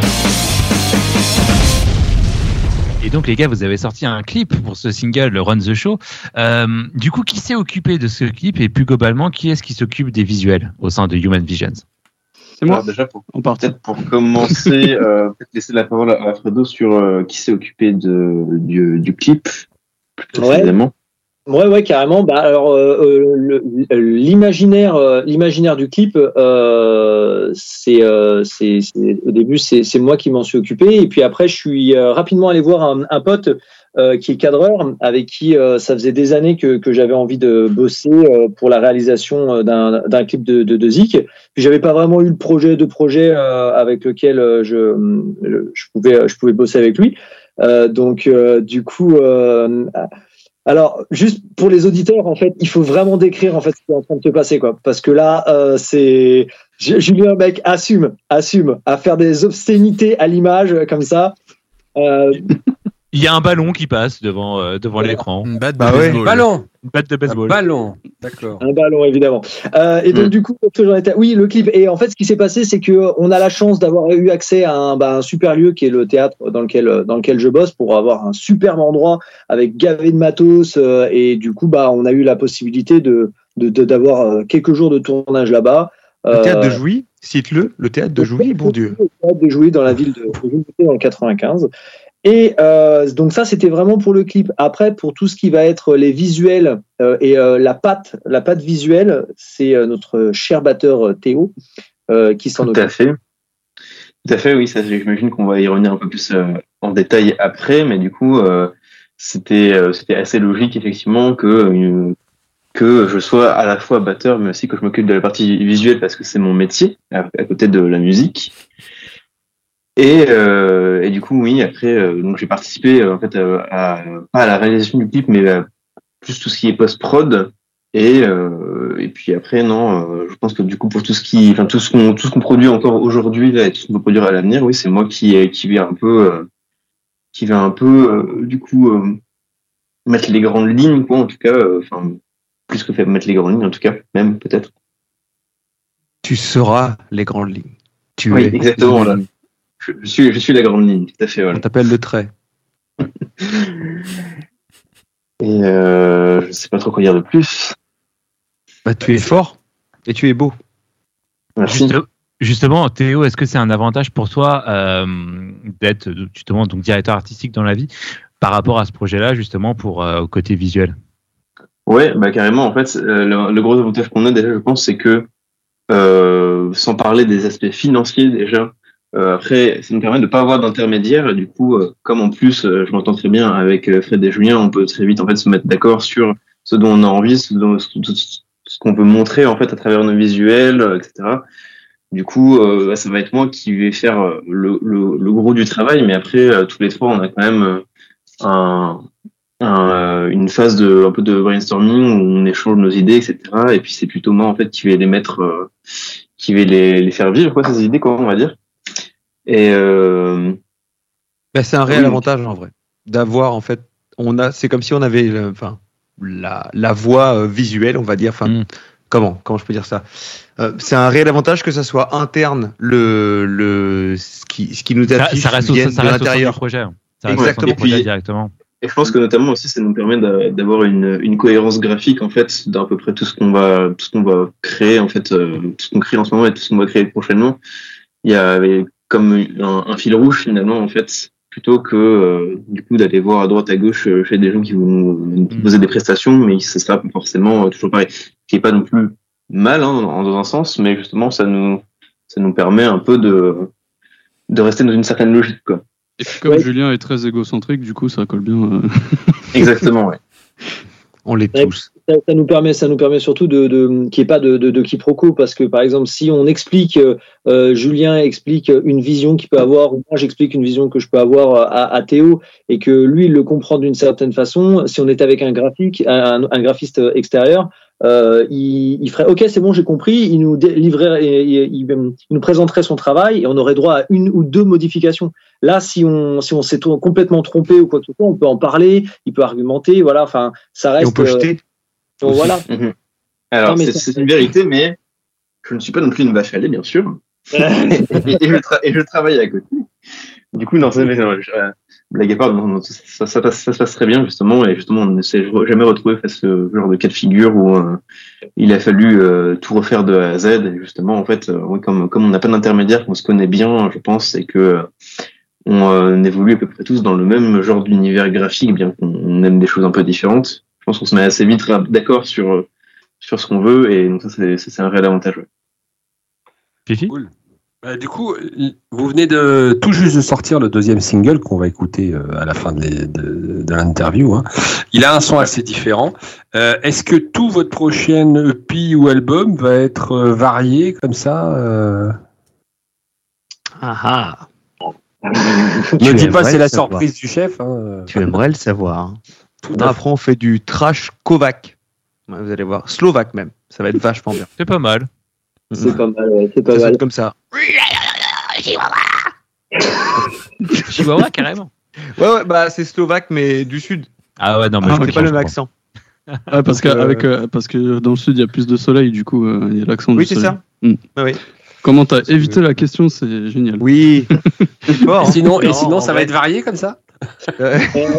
Et donc les gars, vous avez sorti un clip pour ce single, le Run the Show. Euh, du coup, qui s'est occupé de ce clip et plus globalement, qui est-ce qui s'occupe des visuels au sein de Human Visions? C'est moi. Alors déjà, pour, peut-être pour commencer, euh, peut-être laisser la parole à Fredo sur euh, qui s'est occupé de, du, du clip, plus précisément. Ouais, ouais, carrément. Bah, alors, euh, le, l'imaginaire, euh, l'imaginaire du clip, euh, c'est, euh, c'est, c'est, au début, c'est, c'est moi qui m'en suis occupé, et puis après, je suis euh, rapidement allé voir un, un pote euh, qui est cadreur, avec qui euh, ça faisait des années que, que j'avais envie de bosser euh, pour la réalisation d'un, d'un clip de, de, de Zik. Puis j'avais pas vraiment eu le projet de projet euh, avec lequel je, je pouvais, je pouvais bosser avec lui. Euh, donc, euh, du coup. Euh, Alors, juste pour les auditeurs, en fait, il faut vraiment décrire en fait ce qui est en train de se passer, quoi. Parce que là, euh, c'est Julien, mec, assume, assume à faire des obscénités à l'image comme ça. Euh... Il y a un ballon qui passe devant euh, devant ouais. l'écran. Une batte de bah baseball. Ouais. Ballon. Une batte de baseball. Un ballon. D'accord. Un ballon, évidemment. Euh, et donc, mmh. du coup, j'en étais... oui, le clip. Et en fait, ce qui s'est passé, c'est que on a la chance d'avoir eu accès à un, bah, un super lieu qui est le théâtre dans lequel dans lequel je bosse pour avoir un superbe endroit avec gavé de matos. Euh, et du coup, bah, on a eu la possibilité de, de, de d'avoir quelques jours de tournage là-bas. Le théâtre de Jouy, cite-le. Le théâtre de Jouy, bon Dieu. Le théâtre de Jouy dans la ville de, de Jouy dans le quatre-vingt-quinze. Et euh, donc ça, c'était vraiment pour le clip. Après, pour tout ce qui va être les visuels euh, et euh, la patte, la patte visuelle, c'est euh, notre cher batteur euh, Théo euh, qui s'en occupe. Tout à fait. Tout à fait, oui. Ça, j'imagine qu'on va y revenir un peu plus euh, en détail après, mais du coup, euh, c'était euh, c'était assez logique effectivement que euh, que je sois à la fois batteur, mais aussi que je m'occupe de la partie visuelle parce que c'est mon métier à, à côté de la musique. Et, euh, et du coup, oui, après, euh, donc j'ai participé euh, en fait à, à pas à la réalisation du clip, mais à plus tout ce qui est post-prod. Et euh, et puis après, non, euh, je pense que du coup pour tout ce qui, enfin tout ce qu'on tout ce qu'on produit encore aujourd'hui là et tout ce qu'on va produire à l'avenir, oui, c'est moi qui qui vais un peu, euh, qui va un peu euh, du coup euh, mettre les grandes lignes, quoi, en tout cas, enfin euh, plus que faire mettre les grandes lignes, en tout cas, même peut-être. Tu sauras les grandes lignes. Tu oui, es exactement là. Je, je suis, je suis la grande ligne, tout à fait. Voilà. On t'appelle le trait. Et euh, je sais pas trop quoi dire de plus. Bah, tu es fort et tu es beau. Juste, justement, Théo, est-ce que c'est un avantage pour toi euh, d'être justement donc directeur artistique dans la vie par rapport à ce projet-là, justement pour euh, au côté visuel? Ouais, bah carrément. En fait, euh, le, le gros avantage qu'on a déjà, je pense, c'est que euh, sans parler des aspects financiers déjà. Euh, après, ça nous permet de pas avoir d'intermédiaire. Du coup, euh, comme en plus, euh, je m'entends très bien avec euh, Fred et Julien, on peut très vite en fait se mettre d'accord sur ce dont on a envie, ce, dont, ce, ce qu'on veut montrer en fait à travers nos visuels, euh, et cetera. Du coup, euh, ça va être moi qui vais faire euh, le, le, le gros du travail, mais après, euh, tous les trois, on a quand même euh, un, un, une phase de un peu de brainstorming où on échange nos idées, et cetera. Et puis c'est plutôt moi en fait qui vais les mettre, euh, qui vais les, les faire vivre quoi ces idées, quoi, on va dire. Et euh... ben, c'est un réel oui. avantage en vrai d'avoir en fait, on a, c'est comme si on avait, enfin, la la voix euh, visuelle, on va dire, enfin, mm. comment comment je peux dire ça. Euh, c'est un réel avantage que ça soit interne le le ce qui ce qui nous affiche ça, ça reste au, ça de reste l'intérieur. Au projet. Ça Exactement. Au projet directement. Et je pense que notamment aussi, ça nous permet d'avoir une, une cohérence graphique en fait d'à peu près tout ce qu'on va tout ce qu'on va créer en fait, euh, tout ce qu'on crée en ce moment et tout ce qu'on va créer prochainement. Il y a comme un, un fil rouge finalement en fait, plutôt que euh, du coup d'aller voir à droite à gauche euh, chez des gens qui vont nous proposer mmh. des prestations, mais ce sera forcément euh, toujours pareil, qui est pas non plus mal hein, dans, dans un sens, mais justement ça nous ça nous permet un peu de de rester dans une certaine logique quoi. Et puis comme ouais. Julien est très égocentrique, du coup ça colle bien. Euh... Exactement, ouais. On les tous. Ça, ça nous permet, ça nous permet surtout de, de qu'il n'y ait pas de, de, de quiproquo, parce que par exemple, si on explique, euh, Julien explique une vision qu'il peut avoir, ou moi j'explique une vision que je peux avoir à, à Théo, et que lui il le comprend d'une certaine façon, si on est avec un graphique, un, un graphiste extérieur, euh, il, il ferait ok, c'est bon, j'ai compris. Il nous dé- livrerait, et, et- il, il nous présenterait son travail et on aurait droit à une ou deux modifications. Là, si on si on s'est to- complètement trompé ou quoi que ce soit, on peut en parler, il peut argumenter, voilà. Enfin, ça reste. Et on peut euh, jeter. donc voilà. Mhm. Alors, Non, mais c'est, ça- c'est une vérité, mais je ne suis pas non plus une vache à lait, bien sûr. et, et je tra- et je travaille à côté. Du coup, non, c'est, non, je- euh, blague à part, non, non, ça, ça, passe, ça se passe très bien, justement, et justement, on ne s'est jamais retrouvé face à ce genre de cas de figure où euh, il a fallu euh, tout refaire de A à Z, et justement, en fait, euh, oui, comme, comme on n'a pas d'intermédiaire, qu'on se connaît bien, je pense, c'est que euh, on euh, évolue à peu près tous dans le même genre d'univers graphique, bien qu'on aime des choses un peu différentes. Je pense qu'on se met assez vite d'accord sur, euh, sur ce qu'on veut, et donc ça, c'est, ça, c'est un réel avantage. Ouais. Fifi Cool. Euh, du coup, vous venez de tout juste de sortir le deuxième single qu'on va écouter euh, à la fin de, les- de, de l'interview. Hein. Il a un son assez différent. Euh, est-ce que tout votre prochain E P ou album va être euh, varié comme ça euh... Ah ah. Ne dis pas c'est la surprise du chef. Hein. Tu aimerais le savoir. Tout Non, à après, on fait du trash kovac. Ouais, vous allez voir. Slovaque même. Ça va être vachement bien. C'est pas mal. C'est pas mal, ouais, c'est pas Ça mal. sonne comme ça. Chihuahua, carrément. Ouais, ouais, bah c'est slovaque, mais du sud. Ah ouais, non, mais Ah, je c'est pas comprends, le je même comprends. accent. Ouais, parce, que, Euh, avec, euh, parce que dans le sud, il y a plus de soleil, du coup, euh, il y a l'accent Oui, du c'est soleil. ça. Mm. Ouais, oui. Comment t'as évité la question, c'est génial. Oui. Fort, Et hein. sinon, et Non, sinon en ça va vrai. être varié comme ça Euh,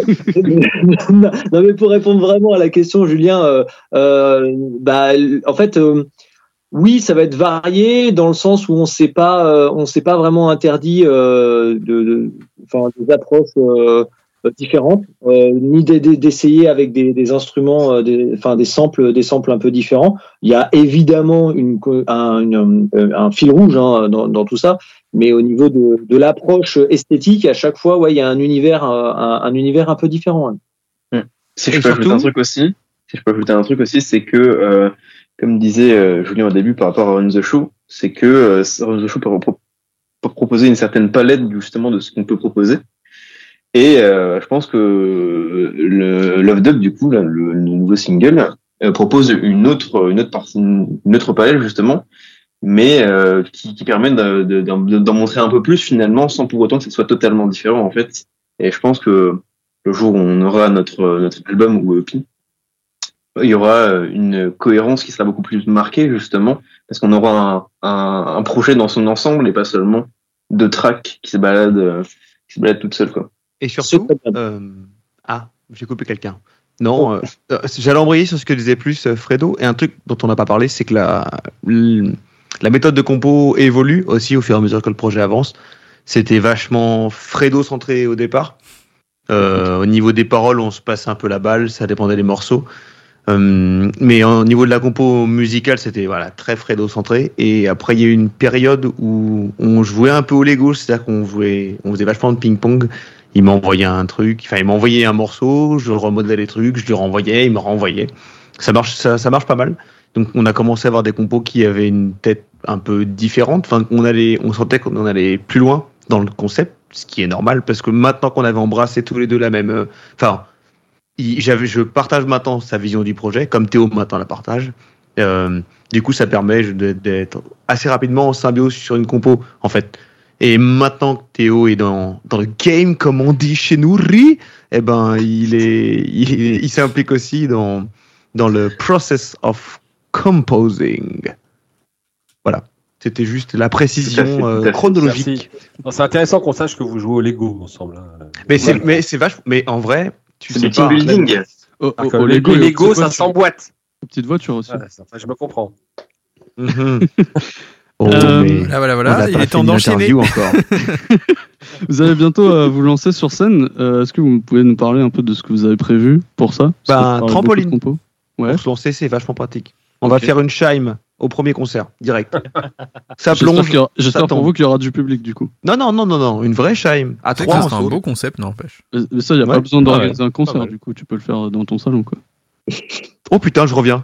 non mais pour répondre vraiment à la question, Julien, euh, euh, bah en fait, euh, oui, ça va être varié dans le sens où on s'est pas, euh, on s'est pas vraiment interdit euh, de, de, enfin des approches euh, différentes, euh, ni d'e- d'e- d'essayer avec des, des instruments, euh, des, enfin des samples, des samples un peu différents. Il y a évidemment une, co- un, une- un fil rouge hein, dans, dans tout ça. Mais au niveau de, de l'approche esthétique, à chaque fois, ouais, il y a un univers, euh, un, un univers un peu différent. hein. Si Et je peux ajouter surtout- un truc aussi, si je peux ajouter un truc aussi, c'est que, euh, comme disait euh, Julien au début par rapport à Run the Show, c'est que euh, Run the Show peut, pro- peut proposer une certaine palette justement de ce qu'on peut proposer. Et euh, je pense que le Love Dub, du coup, là, le, le nouveau single, euh, propose une autre, une autre partie, une autre palette justement, mais euh, qui, qui permet de, de, d'en, d'en montrer un peu plus finalement, sans pour autant que ce soit totalement différent en fait. Et je pense que le jour où on aura notre notre album ou E P, il y aura une cohérence qui sera beaucoup plus marquée justement, parce qu'on aura un, un, un projet dans son ensemble et pas seulement deux tracks qui se baladent, euh, qui se baladent toutes seules quoi. Et surtout, euh, ah, j'ai coupé quelqu'un. Non, euh, euh, j'allais embrayer sur ce que disait plus euh, Fredo. Et un truc dont on n'a pas parlé, c'est que la, la méthode de compo évolue aussi au fur et à mesure que le projet avance. C'était vachement Fredo centré au départ. Euh, au niveau des paroles, on se passe un peu la balle, ça dépendait des morceaux. Euh, mais au niveau de la compo musicale, c'était voilà très Fredo centré. Et après, il y a eu une période où on jouait un peu au Lego, c'est-à-dire qu'on jouait, on faisait vachement de ping-pong. Il m'envoyait un truc, enfin il m'envoyait un morceau, je remodelais les trucs, je lui renvoyais, il me renvoyait. Ça marche, ça, ça marche pas mal. Donc on a commencé à avoir des compos qui avaient une tête un peu différente. Enfin on allait, on sentait qu'on allait plus loin dans le concept, ce qui est normal parce que maintenant qu'on avait embrassé tous les deux la même, euh, enfin il- j'avais, je partage maintenant sa vision du projet, comme Théo maintenant la partage. Euh, du coup ça permet de- d'être assez rapidement en symbiose sur une compo en fait. Et maintenant que Théo est dans, dans le game, comme on dit chez nous, Ri, eh ben, il est, il, est- il s'implique aussi dans, dans le process of composing. Voilà. C'était juste la précision Tout à fait, tout à euh, fait. chronologique. Merci. Non, c'est intéressant qu'on sache que vous jouez au Lego ensemble. hein. Mais c'est, mais c'est vachement, mais en vrai, tu C'est sais du team pas. building. Au, Ah, au- que au le- Lego, les il y a Lego, une petite ça voiture. s'emboîte. Une petite voiture aussi. Ouais, ça, je me comprends. Mhm. Oh, Euh, mais là, voilà, on voilà, n'a il pas est temps fini d'enchaîner. l'interview encore. Vous allez bientôt euh, vous lancer sur scène. Euh, Est-ce que vous pouvez nous parler un peu de ce que vous avez prévu pour ça? Parce que Ben, vous parlez trampoline. beaucoup de compos. Ouais. Pour se lancer, c'est vachement pratique. On Ok. va faire une chime au premier concert, direct. Ça J'espère plonge. qu'il y aura- ça J'espère pour tombe. vous qu'il y aura du public du coup. Non, non, non, non, non, une vraie chime. À C'est que trois ça en sera un solo. beau concept, n'empêche. Euh, Mais ça, il n'y a Ouais. pas besoin d'organiser Ah ouais. un concert Pas mal. du coup. Tu peux le faire dans ton salon quoi. Oh putain, je reviens.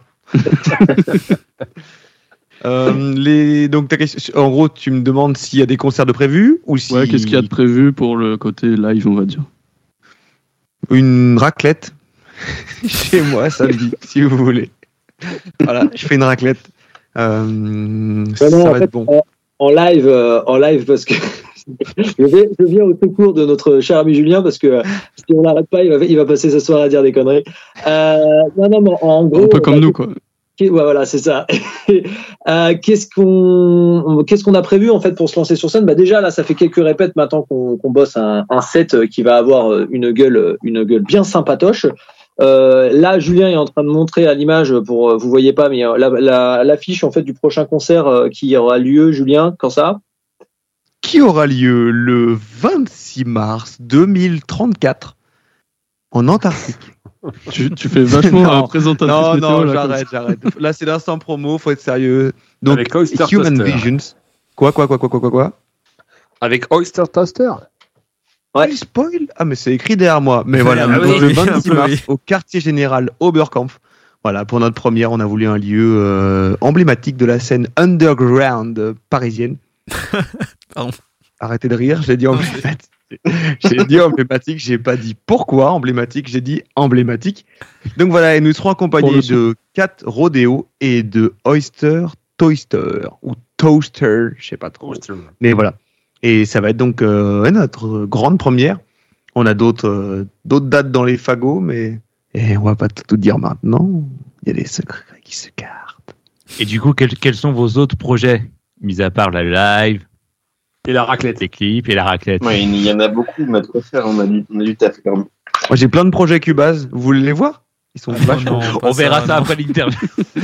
Euh, les... Donc, ta question... en gros, tu me demandes s'il y a des concerts de prévus ou si. Ouais, qu'est-ce qu'il y a de prévu pour le côté live, on va dire? Une raclette chez moi samedi, si vous voulez. Voilà, je fais une raclette. Euh, Ouais, ça non, va en être fait, bon. en, en live, euh, en live parce que je, vais, je viens au secours de notre cher ami Julien parce que euh, si on n'arrête pas, il va, il va passer sa soirée à dire des conneries. Euh, non, non, mais en gros, Un peu on comme va- nous, quoi. Ouais, voilà, c'est ça. Euh, qu'est-ce qu'on qu'est-ce qu'on a prévu en fait pour se lancer sur scène? Bah déjà là, ça fait quelques répètes maintenant qu'on qu'on bosse un, un set qui va avoir une gueule une gueule bien sympatoche. Euh, là, Julien est en train de montrer à l'image pour vous voyez pas, mais la, la, l'affiche en fait du prochain concert euh, qui aura lieu. Julien, quand ça? Qui aura lieu le vingt-six mars deux mille trente-quatre en Antarctique. Tu, tu fais vachement Non, un présentatrice Non, météo, non, là, j'arrête, j'arrête. Là, c'est l'instant promo, faut être sérieux. Donc, Avec Oyster Human Toaster. Visions. Quoi, quoi, quoi, quoi, quoi, quoi, quoi Avec Oyster Toaster. Ouais. Il spoil. Ah, mais c'est écrit derrière moi. Mais voilà, Ah donc, oui, le oui, vingt-six un peu, mars, oui. au quartier général Oberkampf. Voilà, pour notre première, on a voulu un lieu euh, emblématique de la scène underground euh, parisienne. Pardon. Arrêtez de rire, j'ai dit emblématique. J'ai dit emblématique, j'ai pas dit pourquoi emblématique, j'ai dit emblématique. Donc voilà, et nous serons accompagnés Pour le son. de Cat Rodeo et de Oyster Toaster ou Toaster, je sais pas trop. Mais voilà. Et ça va être donc euh, ouais, notre grande première. On a d'autres euh, d'autres dates dans les fagots, mais et on va pas tout dire maintenant. Il y a des secrets qui se gardent. Et du coup, quels, quels sont vos autres projets, mis à part la live et la raclette, les clips et la raclette? Ouais, il y en a beaucoup, mais de quoi faire, on a du, on a du taf quand même. Moi j'ai plein de projets Cubase. Vous voulez les voir? Ils sont vachement. non, On pas verra ça, ça non. après l'interview.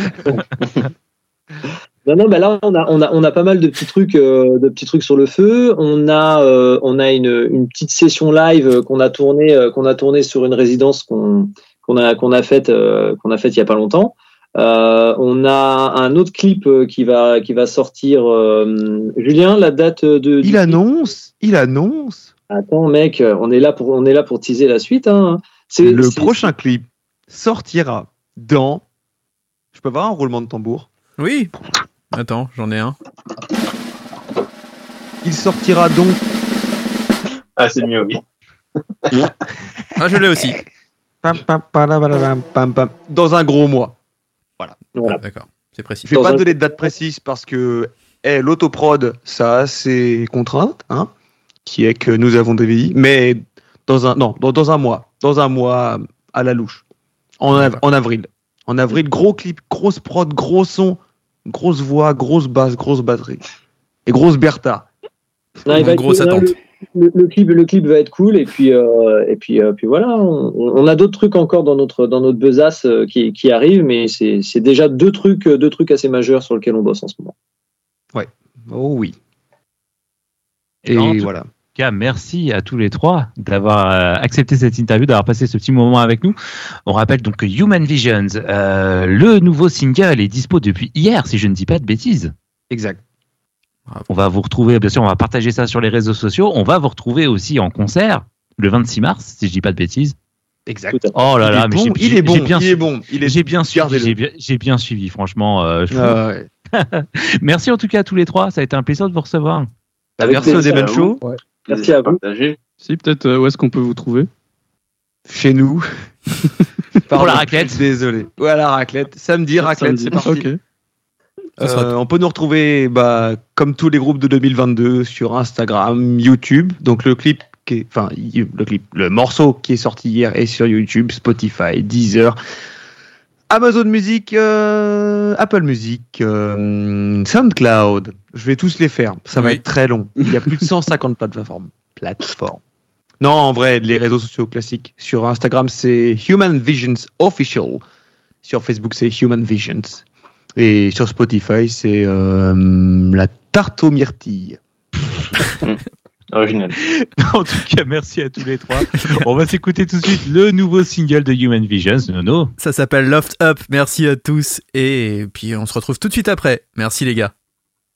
Non, non, bah là on a on a on a pas mal de petits trucs euh, de petits trucs sur le feu. On a euh, on a une une petite session live euh, qu'on a tournée euh, qu'on a tournée sur une résidence qu'on qu'on a qu'on a faite euh, qu'on a faite il y a pas longtemps. Euh, on a un autre clip euh, qui va qui va sortir. euh, Julien, la date de. Il annonce, il annonce. Attends, mec, on est là pour on est là pour teaser la suite. Hein. C'est Le c'est- prochain clip sortira dans. Je peux avoir un roulement de tambour? Oui. Attends, j'en ai un. Il sortira donc. Ah, c'est mieux, oui. Ah, je l'ai aussi. Pam, pam, pam, pam, pam, dans un gros mois. Voilà. Voilà. Ah, d'accord, c'est précis. Je vais pas te donner de date précise parce que eh, l'autoprod, ça a ses contraintes, hein, qui est que nous avons des vies, mais dans un non, dans, dans un mois, dans un mois à la louche, en, av- en avril, en avril, gros clip, grosse prod, gros son, grosse voix, grosse basse, grosse batterie et grosse Bertha. Non, il va être- grosse non, attente. Le, le- le clip, le clip va être cool et puis euh, et puis euh, puis voilà. On, on a d'autres trucs encore dans notre dans notre besace euh, qui qui arrivent, mais c'est c'est déjà deux trucs deux trucs assez majeurs sur lesquels on bosse en ce moment. Ouais. Oh oui. Et En tout voilà. cas, merci à tous les trois d'avoir euh, accepté cette interview, d'avoir passé ce petit moment avec nous. On rappelle donc que Human Visions, euh, le nouveau single, est dispo depuis hier, si je ne dis pas de bêtises. Exact. On va vous retrouver, bien sûr, on va partager ça sur les réseaux sociaux. On va vous retrouver aussi en concert le vingt-six mars, si je dis pas de bêtises. Exact. Oh là Il là, est mais bon, j'ai- il j'ai- est bon, j'ai bien il est su- bon, il est- J'ai bien suivi, Gardez-le. j'ai bien, j'ai bien suivi, franchement. euh, je Ah ouais. Merci en tout cas à tous les trois, ça a été un plaisir de vous recevoir. Avec Merci au plaisir. Demen Show. Ouais. Merci à vous. Si, peut-être, euh, où est-ce qu'on peut vous trouver? Chez nous. Pour la raclette. Désolé. Ouais, à la raclette. Samedi, raclette, Samedi. c'est parti. Ok. Ça sera Euh, on peut nous retrouver, bah, comme tous les groupes de deux mille vingt-deux, sur Instagram, YouTube. Donc le clip, qui est, enfin y- le clip, le morceau qui est sorti hier est sur YouTube, Spotify, Deezer, Amazon Music, euh, Apple Music, euh, SoundCloud. Je vais tous les faire. Ça va Oui. être très long. Il y a plus de cent cinquante plateformes. Plateformes. Non, en vrai, les réseaux sociaux classiques. Sur Instagram, c'est Human Visions Official. Sur Facebook, c'est Human Visions. Et sur Spotify, c'est euh, la tarte aux myrtilles. Original. En tout cas, merci à tous les trois. On va s'écouter tout de suite le nouveau single de Human Visions, Nono. Ça s'appelle Loft Up. Merci à tous. Et puis on se retrouve tout de suite après. Merci les gars.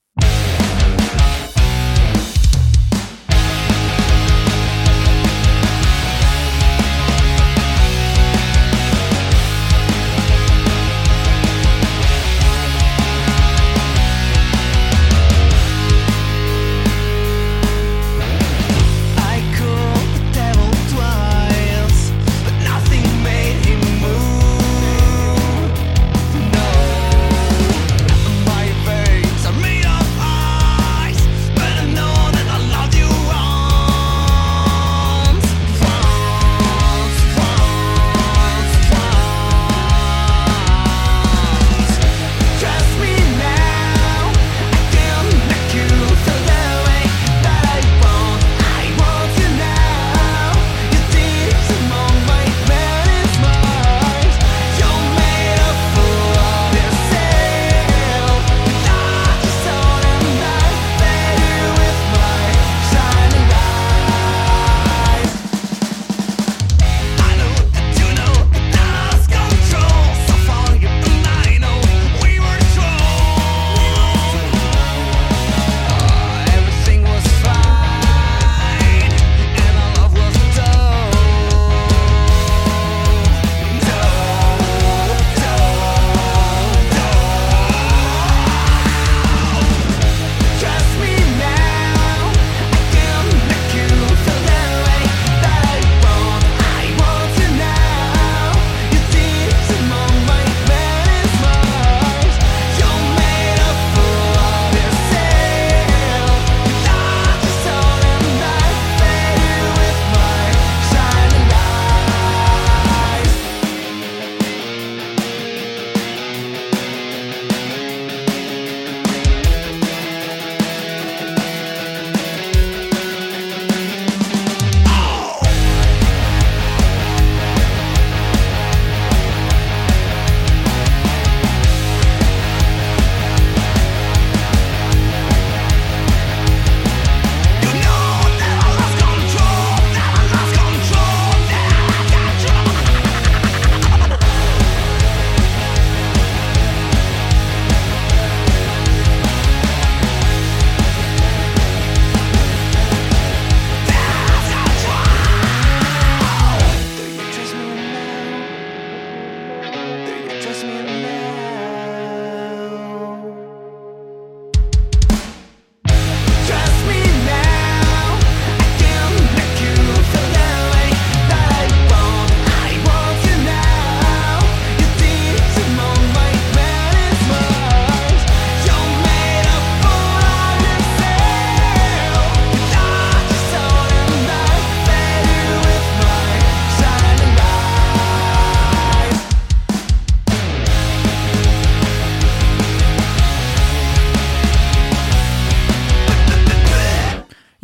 I called the devil twice, but nothing made him move. No,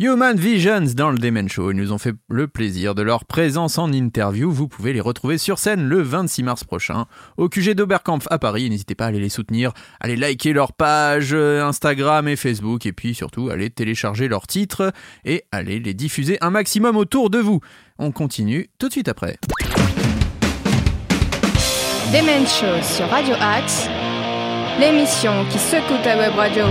Human Visions dans le Demen Show. Ils nous ont fait le plaisir de leur présence en interview. Vous pouvez les retrouver sur scène le vingt-six mars prochain au Q G d'Oberkampf à Paris. N'hésitez pas à aller les soutenir, allez liker leur page Instagram et Facebook et puis surtout allez télécharger leurs titres et allez les diffuser un maximum autour de vous. On continue tout de suite après. Demen Show sur Radio Axe, l'émission qui secoue ta web radio.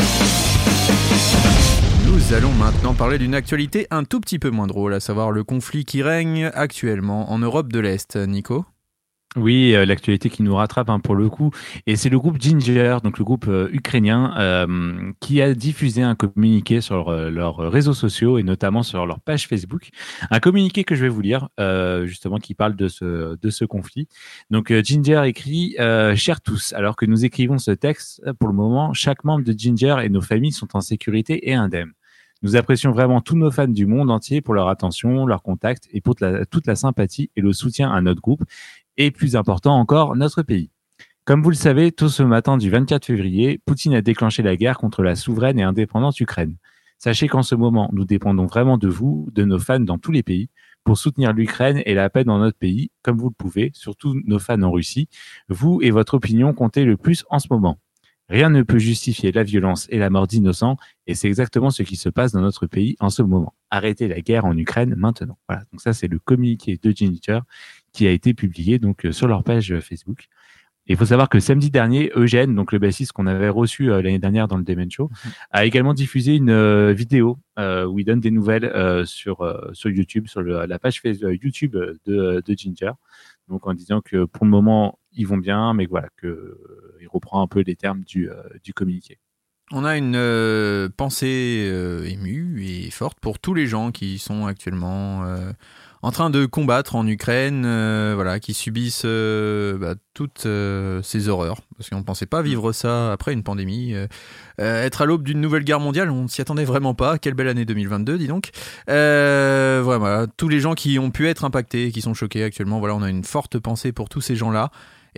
Nous allons maintenant parler d'une actualité un tout petit peu moins drôle, à savoir le conflit qui règne actuellement en Europe de l'Est. Nico ? Oui, euh, l'actualité qui nous rattrape hein, pour le coup, et c'est le groupe Ginger, donc le groupe euh, ukrainien, euh, qui a diffusé un communiqué sur euh, leurs réseaux sociaux et notamment sur leur page Facebook. Un communiqué que je vais vous lire, euh, justement, qui parle de ce de ce conflit. Donc euh, Ginger écrit euh, « Chers tous, alors que nous écrivons ce texte, pour le moment, chaque membre de Ginger et nos familles sont en sécurité et indemnes. Nous apprécions vraiment tous nos fans du monde entier pour leur attention, leur contact et pour la, toute la sympathie et le soutien à notre groupe. Et plus important encore, notre pays. Comme vous le savez, tôt ce matin du vingt-quatre février, Poutine a déclenché la guerre contre la souveraine et indépendante Ukraine. Sachez qu'en ce moment, nous dépendons vraiment de vous, de nos fans dans tous les pays, pour soutenir l'Ukraine et la paix dans notre pays, comme vous le pouvez, surtout nos fans en Russie. Vous et votre opinion comptez le plus en ce moment. Rien ne peut justifier la violence et la mort d'innocents, et c'est exactement ce qui se passe dans notre pays en ce moment. Arrêtez la guerre en Ukraine maintenant. Voilà. Donc ça, c'est le communiqué de Ginger qui a été publié donc sur leur page Facebook. Et il faut savoir que samedi dernier, Eugène, donc le bassiste qu'on avait reçu euh, l'année dernière dans le Demen Show, mmh. a également diffusé une euh, vidéo euh, où il donne des nouvelles euh, sur euh, sur YouTube, sur le, la page Facebook, YouTube de, de Ginger. Donc en disant que pour le moment ils vont bien, mais voilà que euh, il reprend un peu les termes du euh, du communiqué. On a une euh, pensée euh, émue et forte pour tous les gens qui sont actuellement euh, en train de combattre en Ukraine, euh, voilà, qui subissent euh, bah, toutes euh, ces horreurs, parce qu'on ne pensait pas vivre ça après une pandémie. Euh, euh, être à l'aube d'une nouvelle guerre mondiale, on ne s'y attendait vraiment pas. Quelle belle année deux mille vingt-deux, dis donc. Euh, voilà, voilà, tous les gens qui ont pu être impactés, qui sont choqués actuellement, voilà, on a une forte pensée pour tous ces gens-là.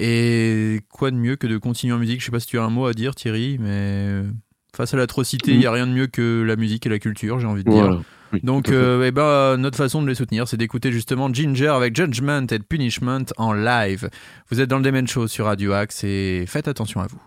Et quoi de mieux que de continuer en musique. Je sais pas si tu as un mot à dire, Thierry, mais face à l'atrocité, il mmh. n'y a rien de mieux que la musique et la culture, j'ai envie de dire. Voilà. Oui, donc, euh, eh ben, notre façon de les soutenir, c'est d'écouter justement Ginger avec Judgment and Punishment en live. Vous êtes dans le Demen Show sur Radio Axe et faites attention à vous.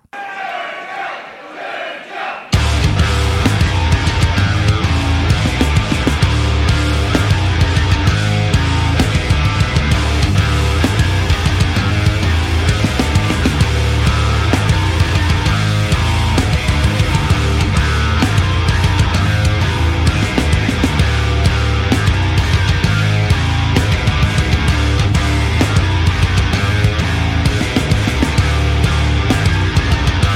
We'll be right back.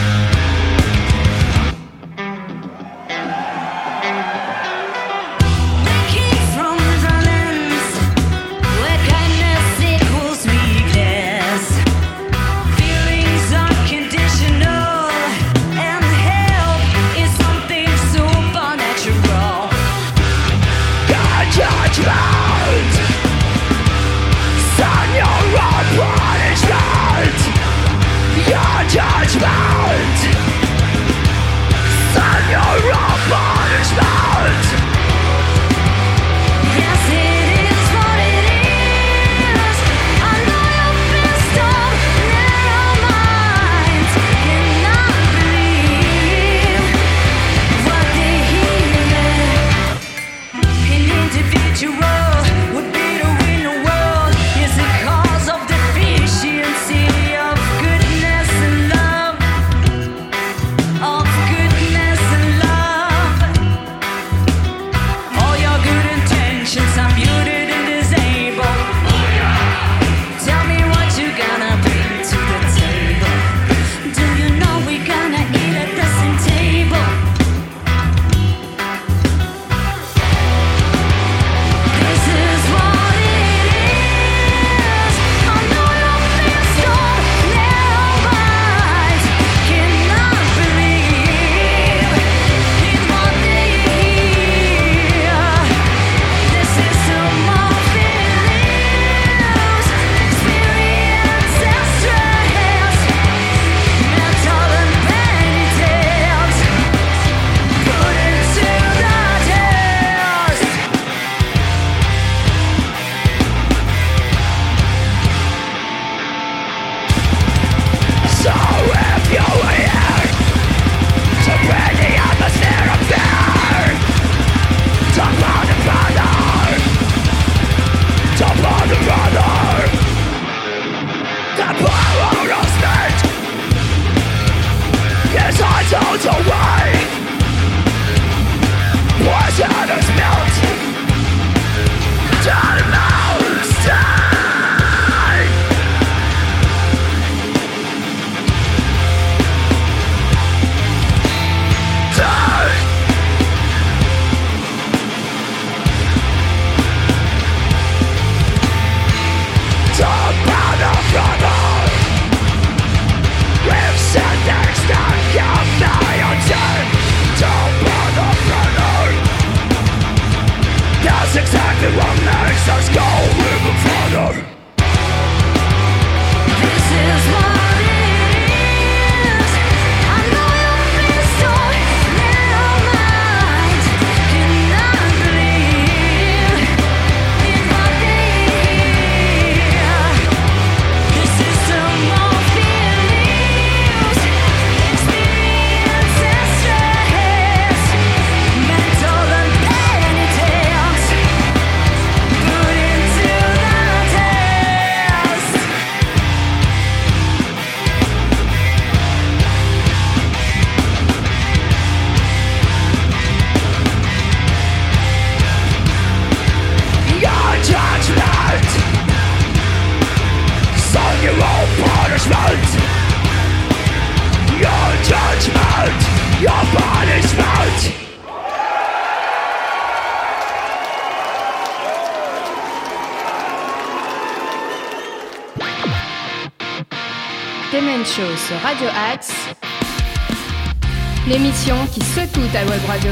Demen Show sur Radio Axe, l'émission qui secoue ta web radio.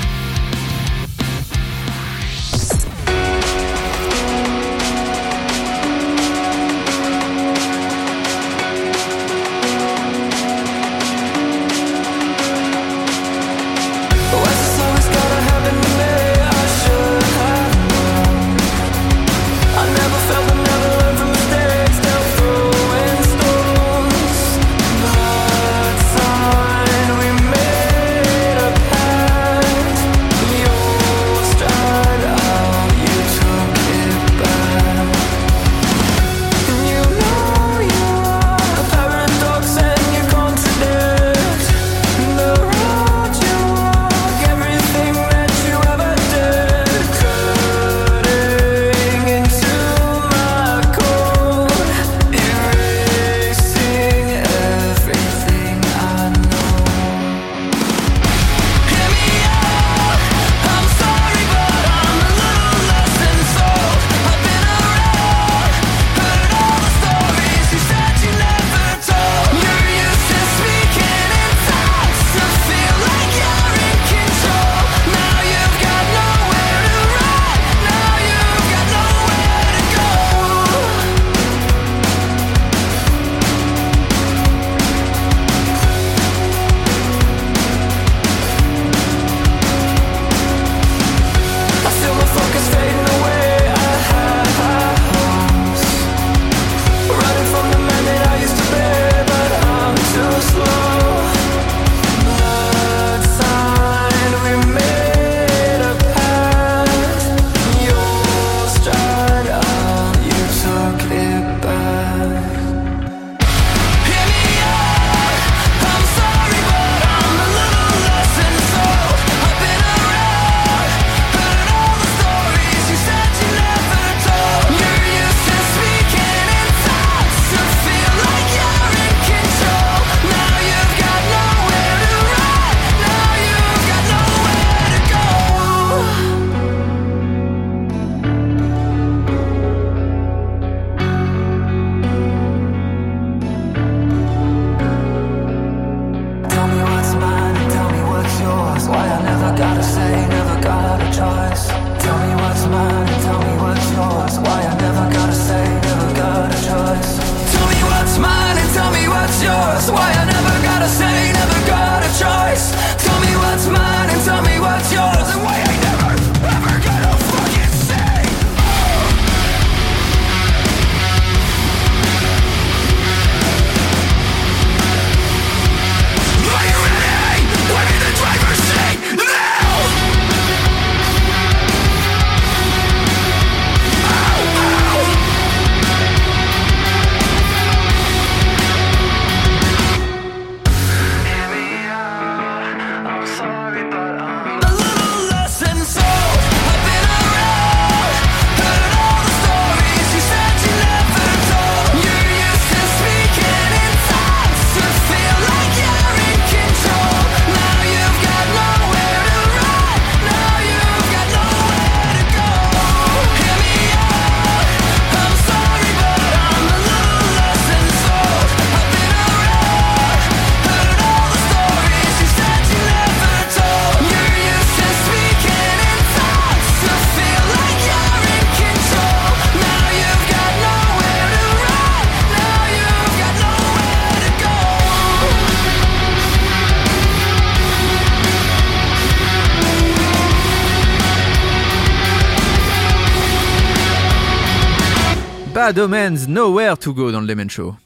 Bad Omens, Nowhere to Go dans le Demen Show.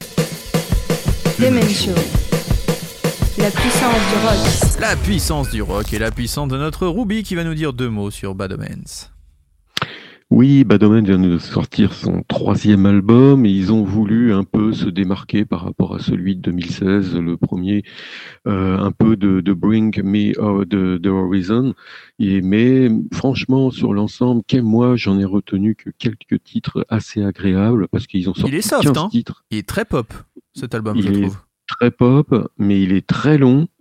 Demen Show. La puissance du rock. La puissance du rock et la puissance de notre Ruby qui va nous dire deux mots sur Bad Omens. Oui, Bad Omens vient de sortir son troisième album et ils ont voulu un peu se démarquer par rapport à celui de deux mille seize, le premier, euh, un peu de, de Bring Me Out the, the Horizon. Et, mais franchement, sur l'ensemble, moi, j'en ai retenu que quelques titres assez agréables parce qu'ils ont sorti Il est soft, quinze hein titres. Il est très pop, cet album, Il je est trouve. très pop, mais il est très long.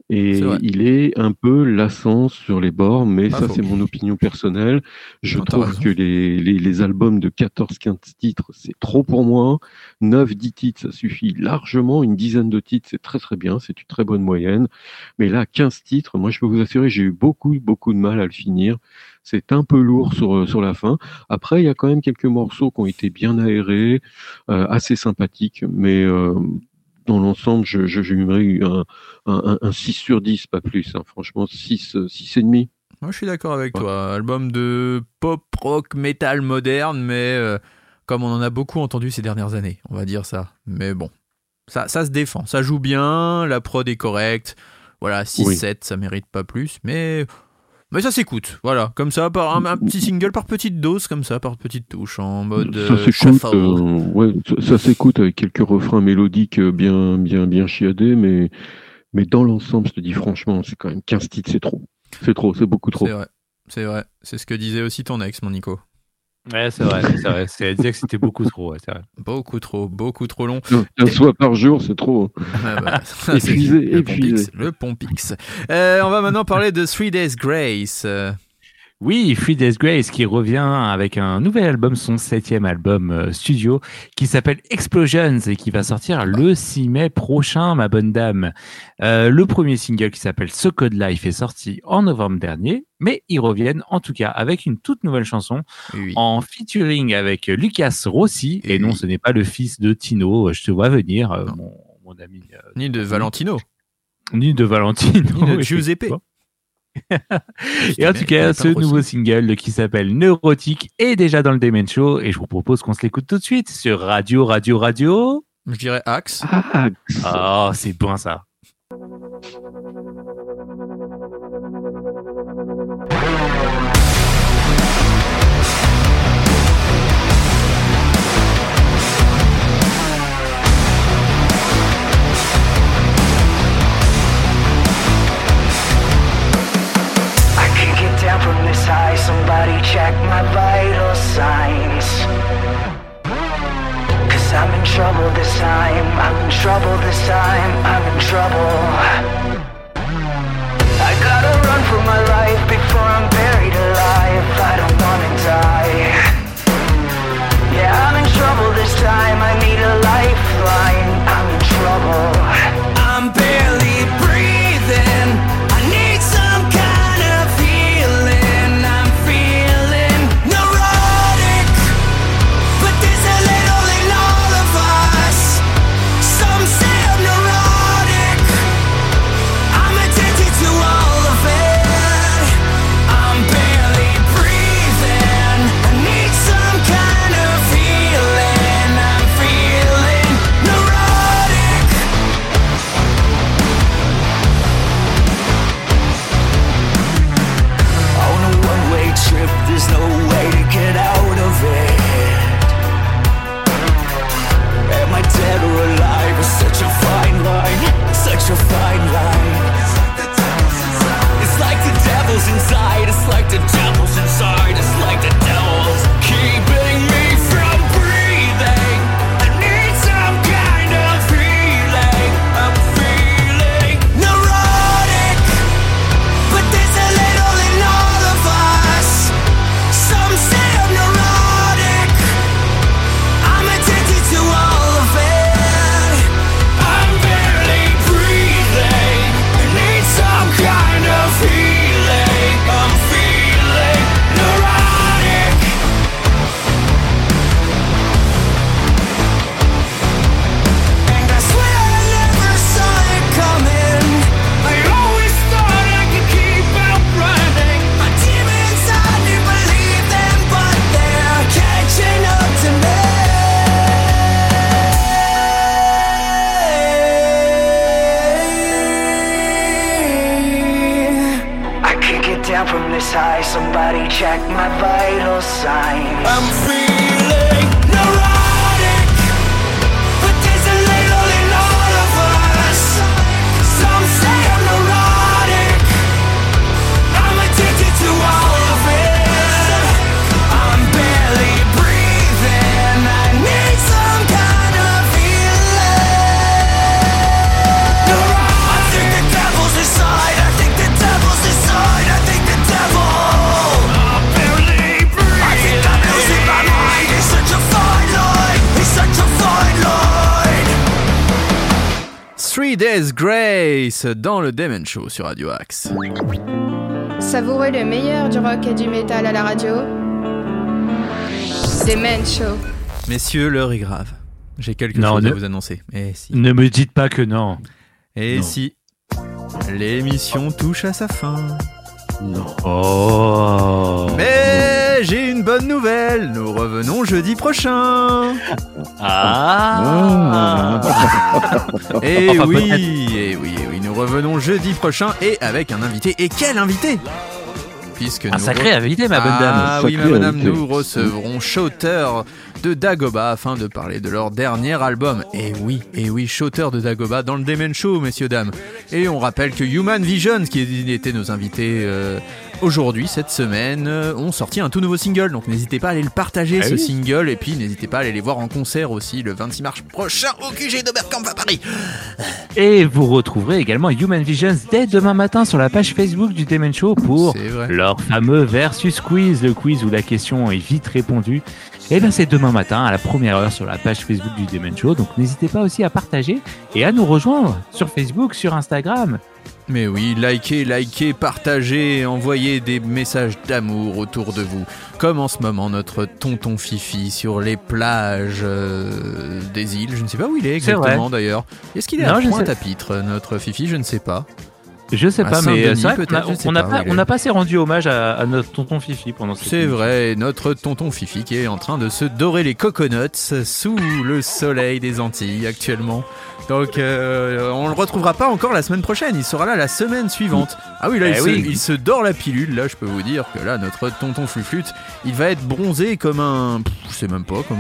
Et C'est il est un peu lassant sur les bords, mais Pas ça faux. c'est mon opinion personnelle. Je Non, t'as trouve raison. que les, les, les albums de quatorze quinze titres, c'est trop pour moi. neuf dix titres, ça suffit largement. Une dizaine de titres, c'est très très bien, c'est une très bonne moyenne. Mais là, quinze titres, moi je peux vous assurer, j'ai eu beaucoup beaucoup de mal à le finir. C'est un peu lourd sur, sur la fin. Après, il y a quand même quelques morceaux qui ont été bien aérés, euh, assez sympathiques, mais... Euh, dans l'ensemble, je, je, je lui mets un, un, un six sur dix, pas plus. Hein. Franchement, six, six et demi. Moi, je suis d'accord avec toi. Album de pop, rock, metal moderne, mais euh, comme on en a beaucoup entendu ces dernières années, on va dire ça. Mais bon, ça, ça se défend. Ça joue bien, la prod est correcte. Voilà, six sept, oui. Ça mérite pas plus, mais... Mais ça s'écoute, voilà, comme ça, par un, un petit single par petite dose, comme ça, par petite touche, en mode ça euh, s'écoute, shuffle. euh, ouais, ça, ça s'écoute avec quelques refrains mélodiques bien, bien, bien chiadés, mais, mais dans l'ensemble, je te dis franchement, c'est quand même quinze titres, c'est trop. C'est trop, c'est beaucoup trop. C'est vrai, c'est vrai. C'est ce que disait aussi ton ex, mon Nico. Ouais, c'est vrai, c'est vrai. Elle disait que c'était beaucoup trop, ouais, c'est vrai. Beaucoup trop, beaucoup trop long. Un soir par jour, c'est trop. Ah bah, ça, épuisé, le épuisé. Pompix, le Pompix. Euh, on va maintenant parler de Three Days Grace. Euh, Oui, Three Days Grace qui revient avec un nouvel album, son septième album euh, studio, qui s'appelle Explosions et qui va sortir le six mai prochain, ma bonne dame. Euh, le premier single qui s'appelle So Code Life est sorti en novembre dernier, mais ils reviennent en tout cas avec une toute nouvelle chanson oui. en featuring avec Lucas Rossi, et, et non, oui. ce n'est pas le fils de Tino, je te vois venir, euh, mon, mon ami. Euh, ni de Valentino. Ni de Valentino. Ni de Giuseppe. Et en tout cas, ce nouveau single qui s'appelle Neurotique est déjà dans le Demen Show et je vous propose qu'on se l'écoute tout de suite sur Radio, Radio, Radio. Je dirais Axe. Axe. Oh, c'est bon ça. Down from this high, somebody check my vital signs. Cause I'm in trouble this time, I'm in trouble this time, I'm in trouble. I gotta run for my life before I'm buried alive, I don't wanna die. Yeah, I'm in trouble this time, I need a lifeline, I'm in trouble. I'm barely breathing, I need some kind of healing. I'm feeling neurotic, but there's a little in all of us. Some say I'm neurotic, I'm addicted to all of it. I'm barely breathing, I need some kind of healing. I'm feeling neurotic. On a one-way trip, there's no way to get out of it. Am I dead or alive? It's such a fine line, such a fine line. It's like the devil's inside, it's like the devil's inside, it's like the devil's keeping me from breathing. I need some kind of healing. I'm feeling neurotic, but there's a little in all of us. Some say I'm neurotic, I'm addicted to all of it. I'm barely breathing, I need some kind of healing. I'm feeling neurotic. And I swear I never saw it coming. I always thought I could keep out running. My demons, I didn't believe them, but they're catching up to me. I can't get down from this high. Somebody check my vital signs. I'm feeling neurotic, but there's a little in all of us. Some say I'm neurotic, I'm addicted to all of it. I'm barely breathing, I need some kind of healing. I think the devil's inside. Three Days Grace dans le Demen Show sur Radio Axe. Savourez le meilleur du rock et du métal à la radio. Demen Show. Messieurs, l'heure est grave. J'ai quelque non, chose ne... à vous annoncer. Et si. Ne me dites pas que non. Et non. si l'émission touche à sa fin. Non. Oh. Mais j'ai une bonne nouvelle. Nous revenons jeudi prochain. Ah. Et enfin, oui, peut-être. et oui, et oui, nous revenons jeudi prochain et avec un invité. Et quel invité? Puisque un nous sacré re... invité, ma bonne dame. Ah oui, ma Sacré bonne dame, invité. nous recevrons Shooter de Dagoba afin de parler de leur dernier album. Et oui, et oui, Shooter de Dagoba dans le Demen Show, messieurs, dames. Et on rappelle que Human Visions, qui étaient nos invités euh, aujourd'hui, cette semaine, euh, ont sorti un tout nouveau single. Donc n'hésitez pas à aller le partager, ah ce oui. single. Et puis n'hésitez pas à aller les voir en concert aussi le vingt-six mars prochain au Q G d'Oberkampf à Paris. Et vous retrouverez également Human Visions dès demain matin sur la page Facebook du Demen Show pour leur fameux versus quiz, le quiz où la question est vite répondue. Et bien c'est demain matin à la première heure sur la page Facebook du Demen Show. Donc n'hésitez pas aussi à partager et à nous rejoindre sur Facebook, sur Instagram. Mais oui, likez, likez, partagez, envoyez des messages d'amour autour de vous. Comme en ce moment notre tonton Fifi sur les plages euh, des îles. Je ne sais pas où il est exactement d'ailleurs. Est-ce qu'il est Non, à je Pointe-à-Pitre, notre Fifi? Je ne sais pas. Je sais À pas, mais Saint-Denis, c'est vrai qu'on peut-être, a- je sais on n'a pas pas, où il on est. n'a pas assez rendu hommage à, à notre tonton Fifi pendant cette C'est émission. vrai, notre tonton Fifi qui est en train de se dorer les coconuts sous le soleil des Antilles actuellement. Donc euh, on le retrouvera pas encore la semaine prochaine, il sera là la semaine suivante. Ah oui, là Eh il, se, oui. il se dort la pilule, là je peux vous dire que là notre tonton Fluflute, il va être bronzé comme un... pff, je sais même pas, comme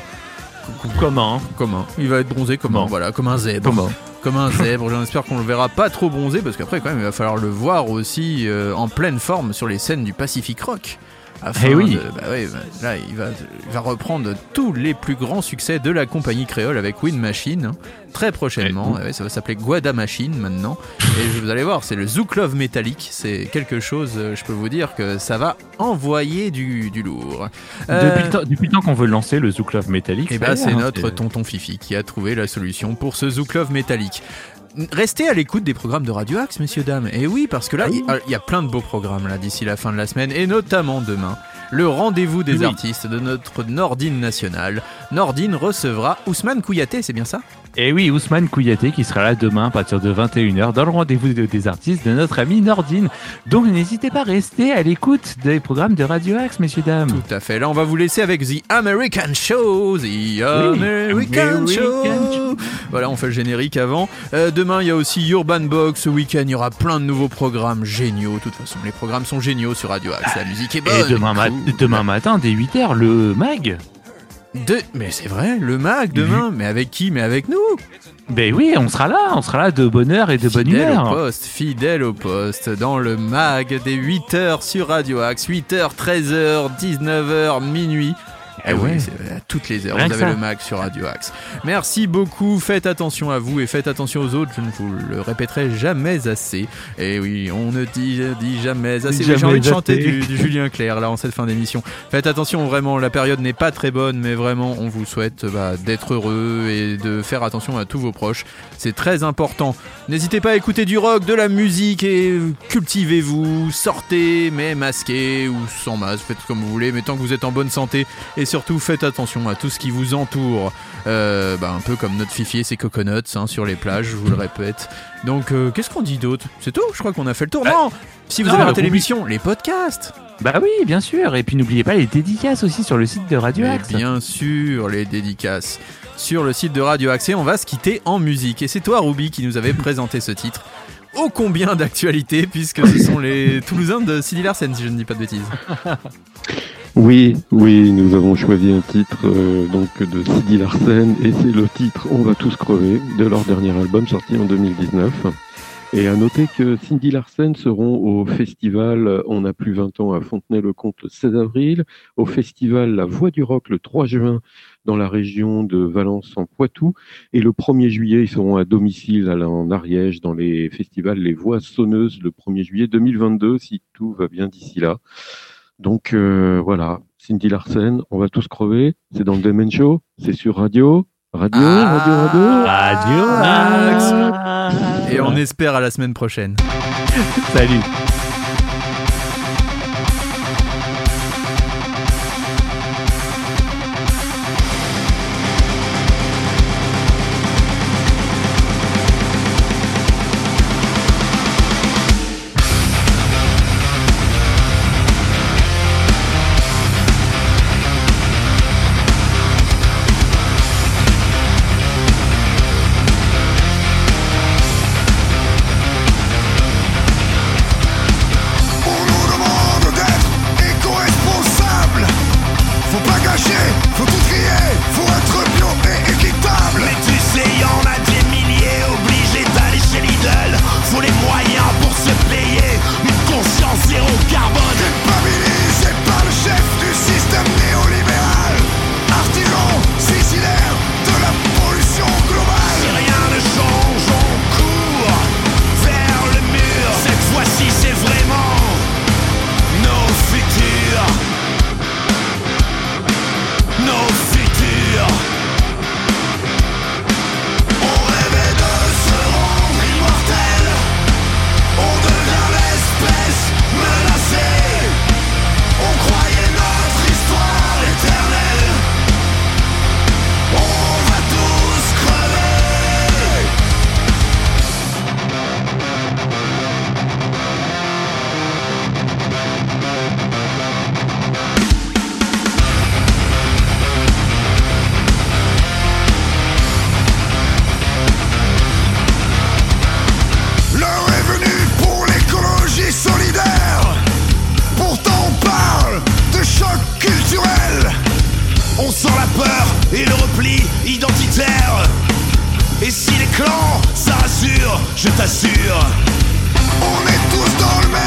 un... Comment Comment Il va être bronzé comme un, Comment voilà, comme un zèbre. Comment Comme un zèbre, j'espère qu'on le verra pas trop bronzé parce qu'après quand même il va falloir le voir aussi euh, en pleine forme sur les scènes du Pacific Rock. Afin Eh oui. de- bah ouais, bah, là il va, il va reprendre tous les plus grands succès de la compagnie créole avec Wind Machine, hein, très prochainement. Ouais, ça va s'appeler Guada Machine maintenant. Et vous allez voir, c'est le Zouk Love métallique, c'est quelque chose, euh, je peux vous dire que ça va envoyer du, du lourd. Euh, Depuis, le temps, depuis le temps qu'on veut le lancer, le Zouk Love métallique. et ça bah y est, c'est hein, notre tonton Fifi qui a trouvé la solution pour ce Zouk Love métallique. Restez à l'écoute des programmes de Radio Axe, messieurs, dames. Et oui, parce que là, il y, y a plein de beaux programmes là d'ici la fin de la semaine, et notamment demain. Le rendez-vous des Oui. artistes de notre Nordine nationale. Nordine recevra Ousmane Kouyaté, c'est bien ça? Et oui, Ousmane Kouyaté qui sera là demain à partir de vingt et une heures dans le rendez-vous de- des artistes de notre ami Nordine. Donc n'hésitez pas à rester à l'écoute des programmes de Radio Axe, messieurs, dames. Tout à fait. Là, on va vous laisser avec The American Show. The American American Show. Voilà, on fait le générique avant. Euh, demain, il y a aussi Urban Box. Ce week-end, il y aura plein de nouveaux programmes géniaux. De toute façon, les programmes sont géniaux sur Radio Axe. La musique est bonne. Et demain, ma- Cool. demain matin, dès huit heures, le mag. De... Mais c'est vrai, le mag demain. Mais avec qui? Mais avec nous. Ben oui, on sera là, on sera là de bonne heure et de bonne Fidèle humeur. au poste, fidèle au poste, dans le mag des huit heures sur Radio Axe. huit heures, treize heures, dix-neuf heures, minuit. Eh Eh oui, ouais. c'est à toutes les heures, Rien vous que avez ça. le mag sur Radio Axe. Merci beaucoup, faites attention à vous et faites attention aux autres, je ne vous le répéterai jamais assez. Et oui, on ne dit, dit jamais assez. Mais j'ai Jamais envie de chanter assez. du, du Julien Clerc là en cette fin d'émission. Faites attention, vraiment, la période n'est pas très bonne, mais vraiment, on vous souhaite bah, d'être heureux et de faire attention à tous vos proches. C'est très important. N'hésitez pas à écouter du rock, de la musique et cultivez-vous, sortez, mais masquez ou sans masque, faites comme vous voulez, mais tant que vous êtes en bonne santé. Et surtout, faites attention à tout ce qui vous entoure. Euh, bah, un peu comme notre Fifi et ses coconuts hein, sur les plages, je vous le répète. Donc, euh, qu'est-ce qu'on dit d'autre? C'est tout? Je crois qu'on a fait le tour. Non! Si vous non, avez raté oublie- l'émission, les podcasts! Bah oui, bien sûr. Et puis n'oubliez pas les dédicaces aussi sur le site de Radio Mais Axe. bien sûr, les dédicaces sur le site de Radio Axe. Et on va se quitter en musique. Et c'est toi, Ruby, qui nous avait présenté ce titre. Ô combien d'actualité, puisque ce sont les Toulousains de Sidi Larsen, si je ne dis pas de bêtises. Oui, oui, nous avons choisi un titre euh, donc de Sidi Larsen et c'est le titre On va tous crever de leur dernier album sorti en deux mille dix-neuf. Et à noter que Cindy Larsen seront au festival On n'a plus vingt ans à Fontenay-le-Comte le seize avril, au festival La Voix du Rock le trois juin dans la région de Valence en Poitou, et le premier juillet ils seront à domicile à la- en Ariège dans les festivals Les Voix Sonneuses le premier juillet deux mille vingt-deux si tout va bien d'ici là. Donc euh, voilà, Cindy Larsen, On va tous crever, c'est dans le Demen Show, c'est sur Radio Radio, Ah, radio, radio. Radio Axe. Et on espère à la semaine prochaine. Salut. Je t'assure, on est tous dans le même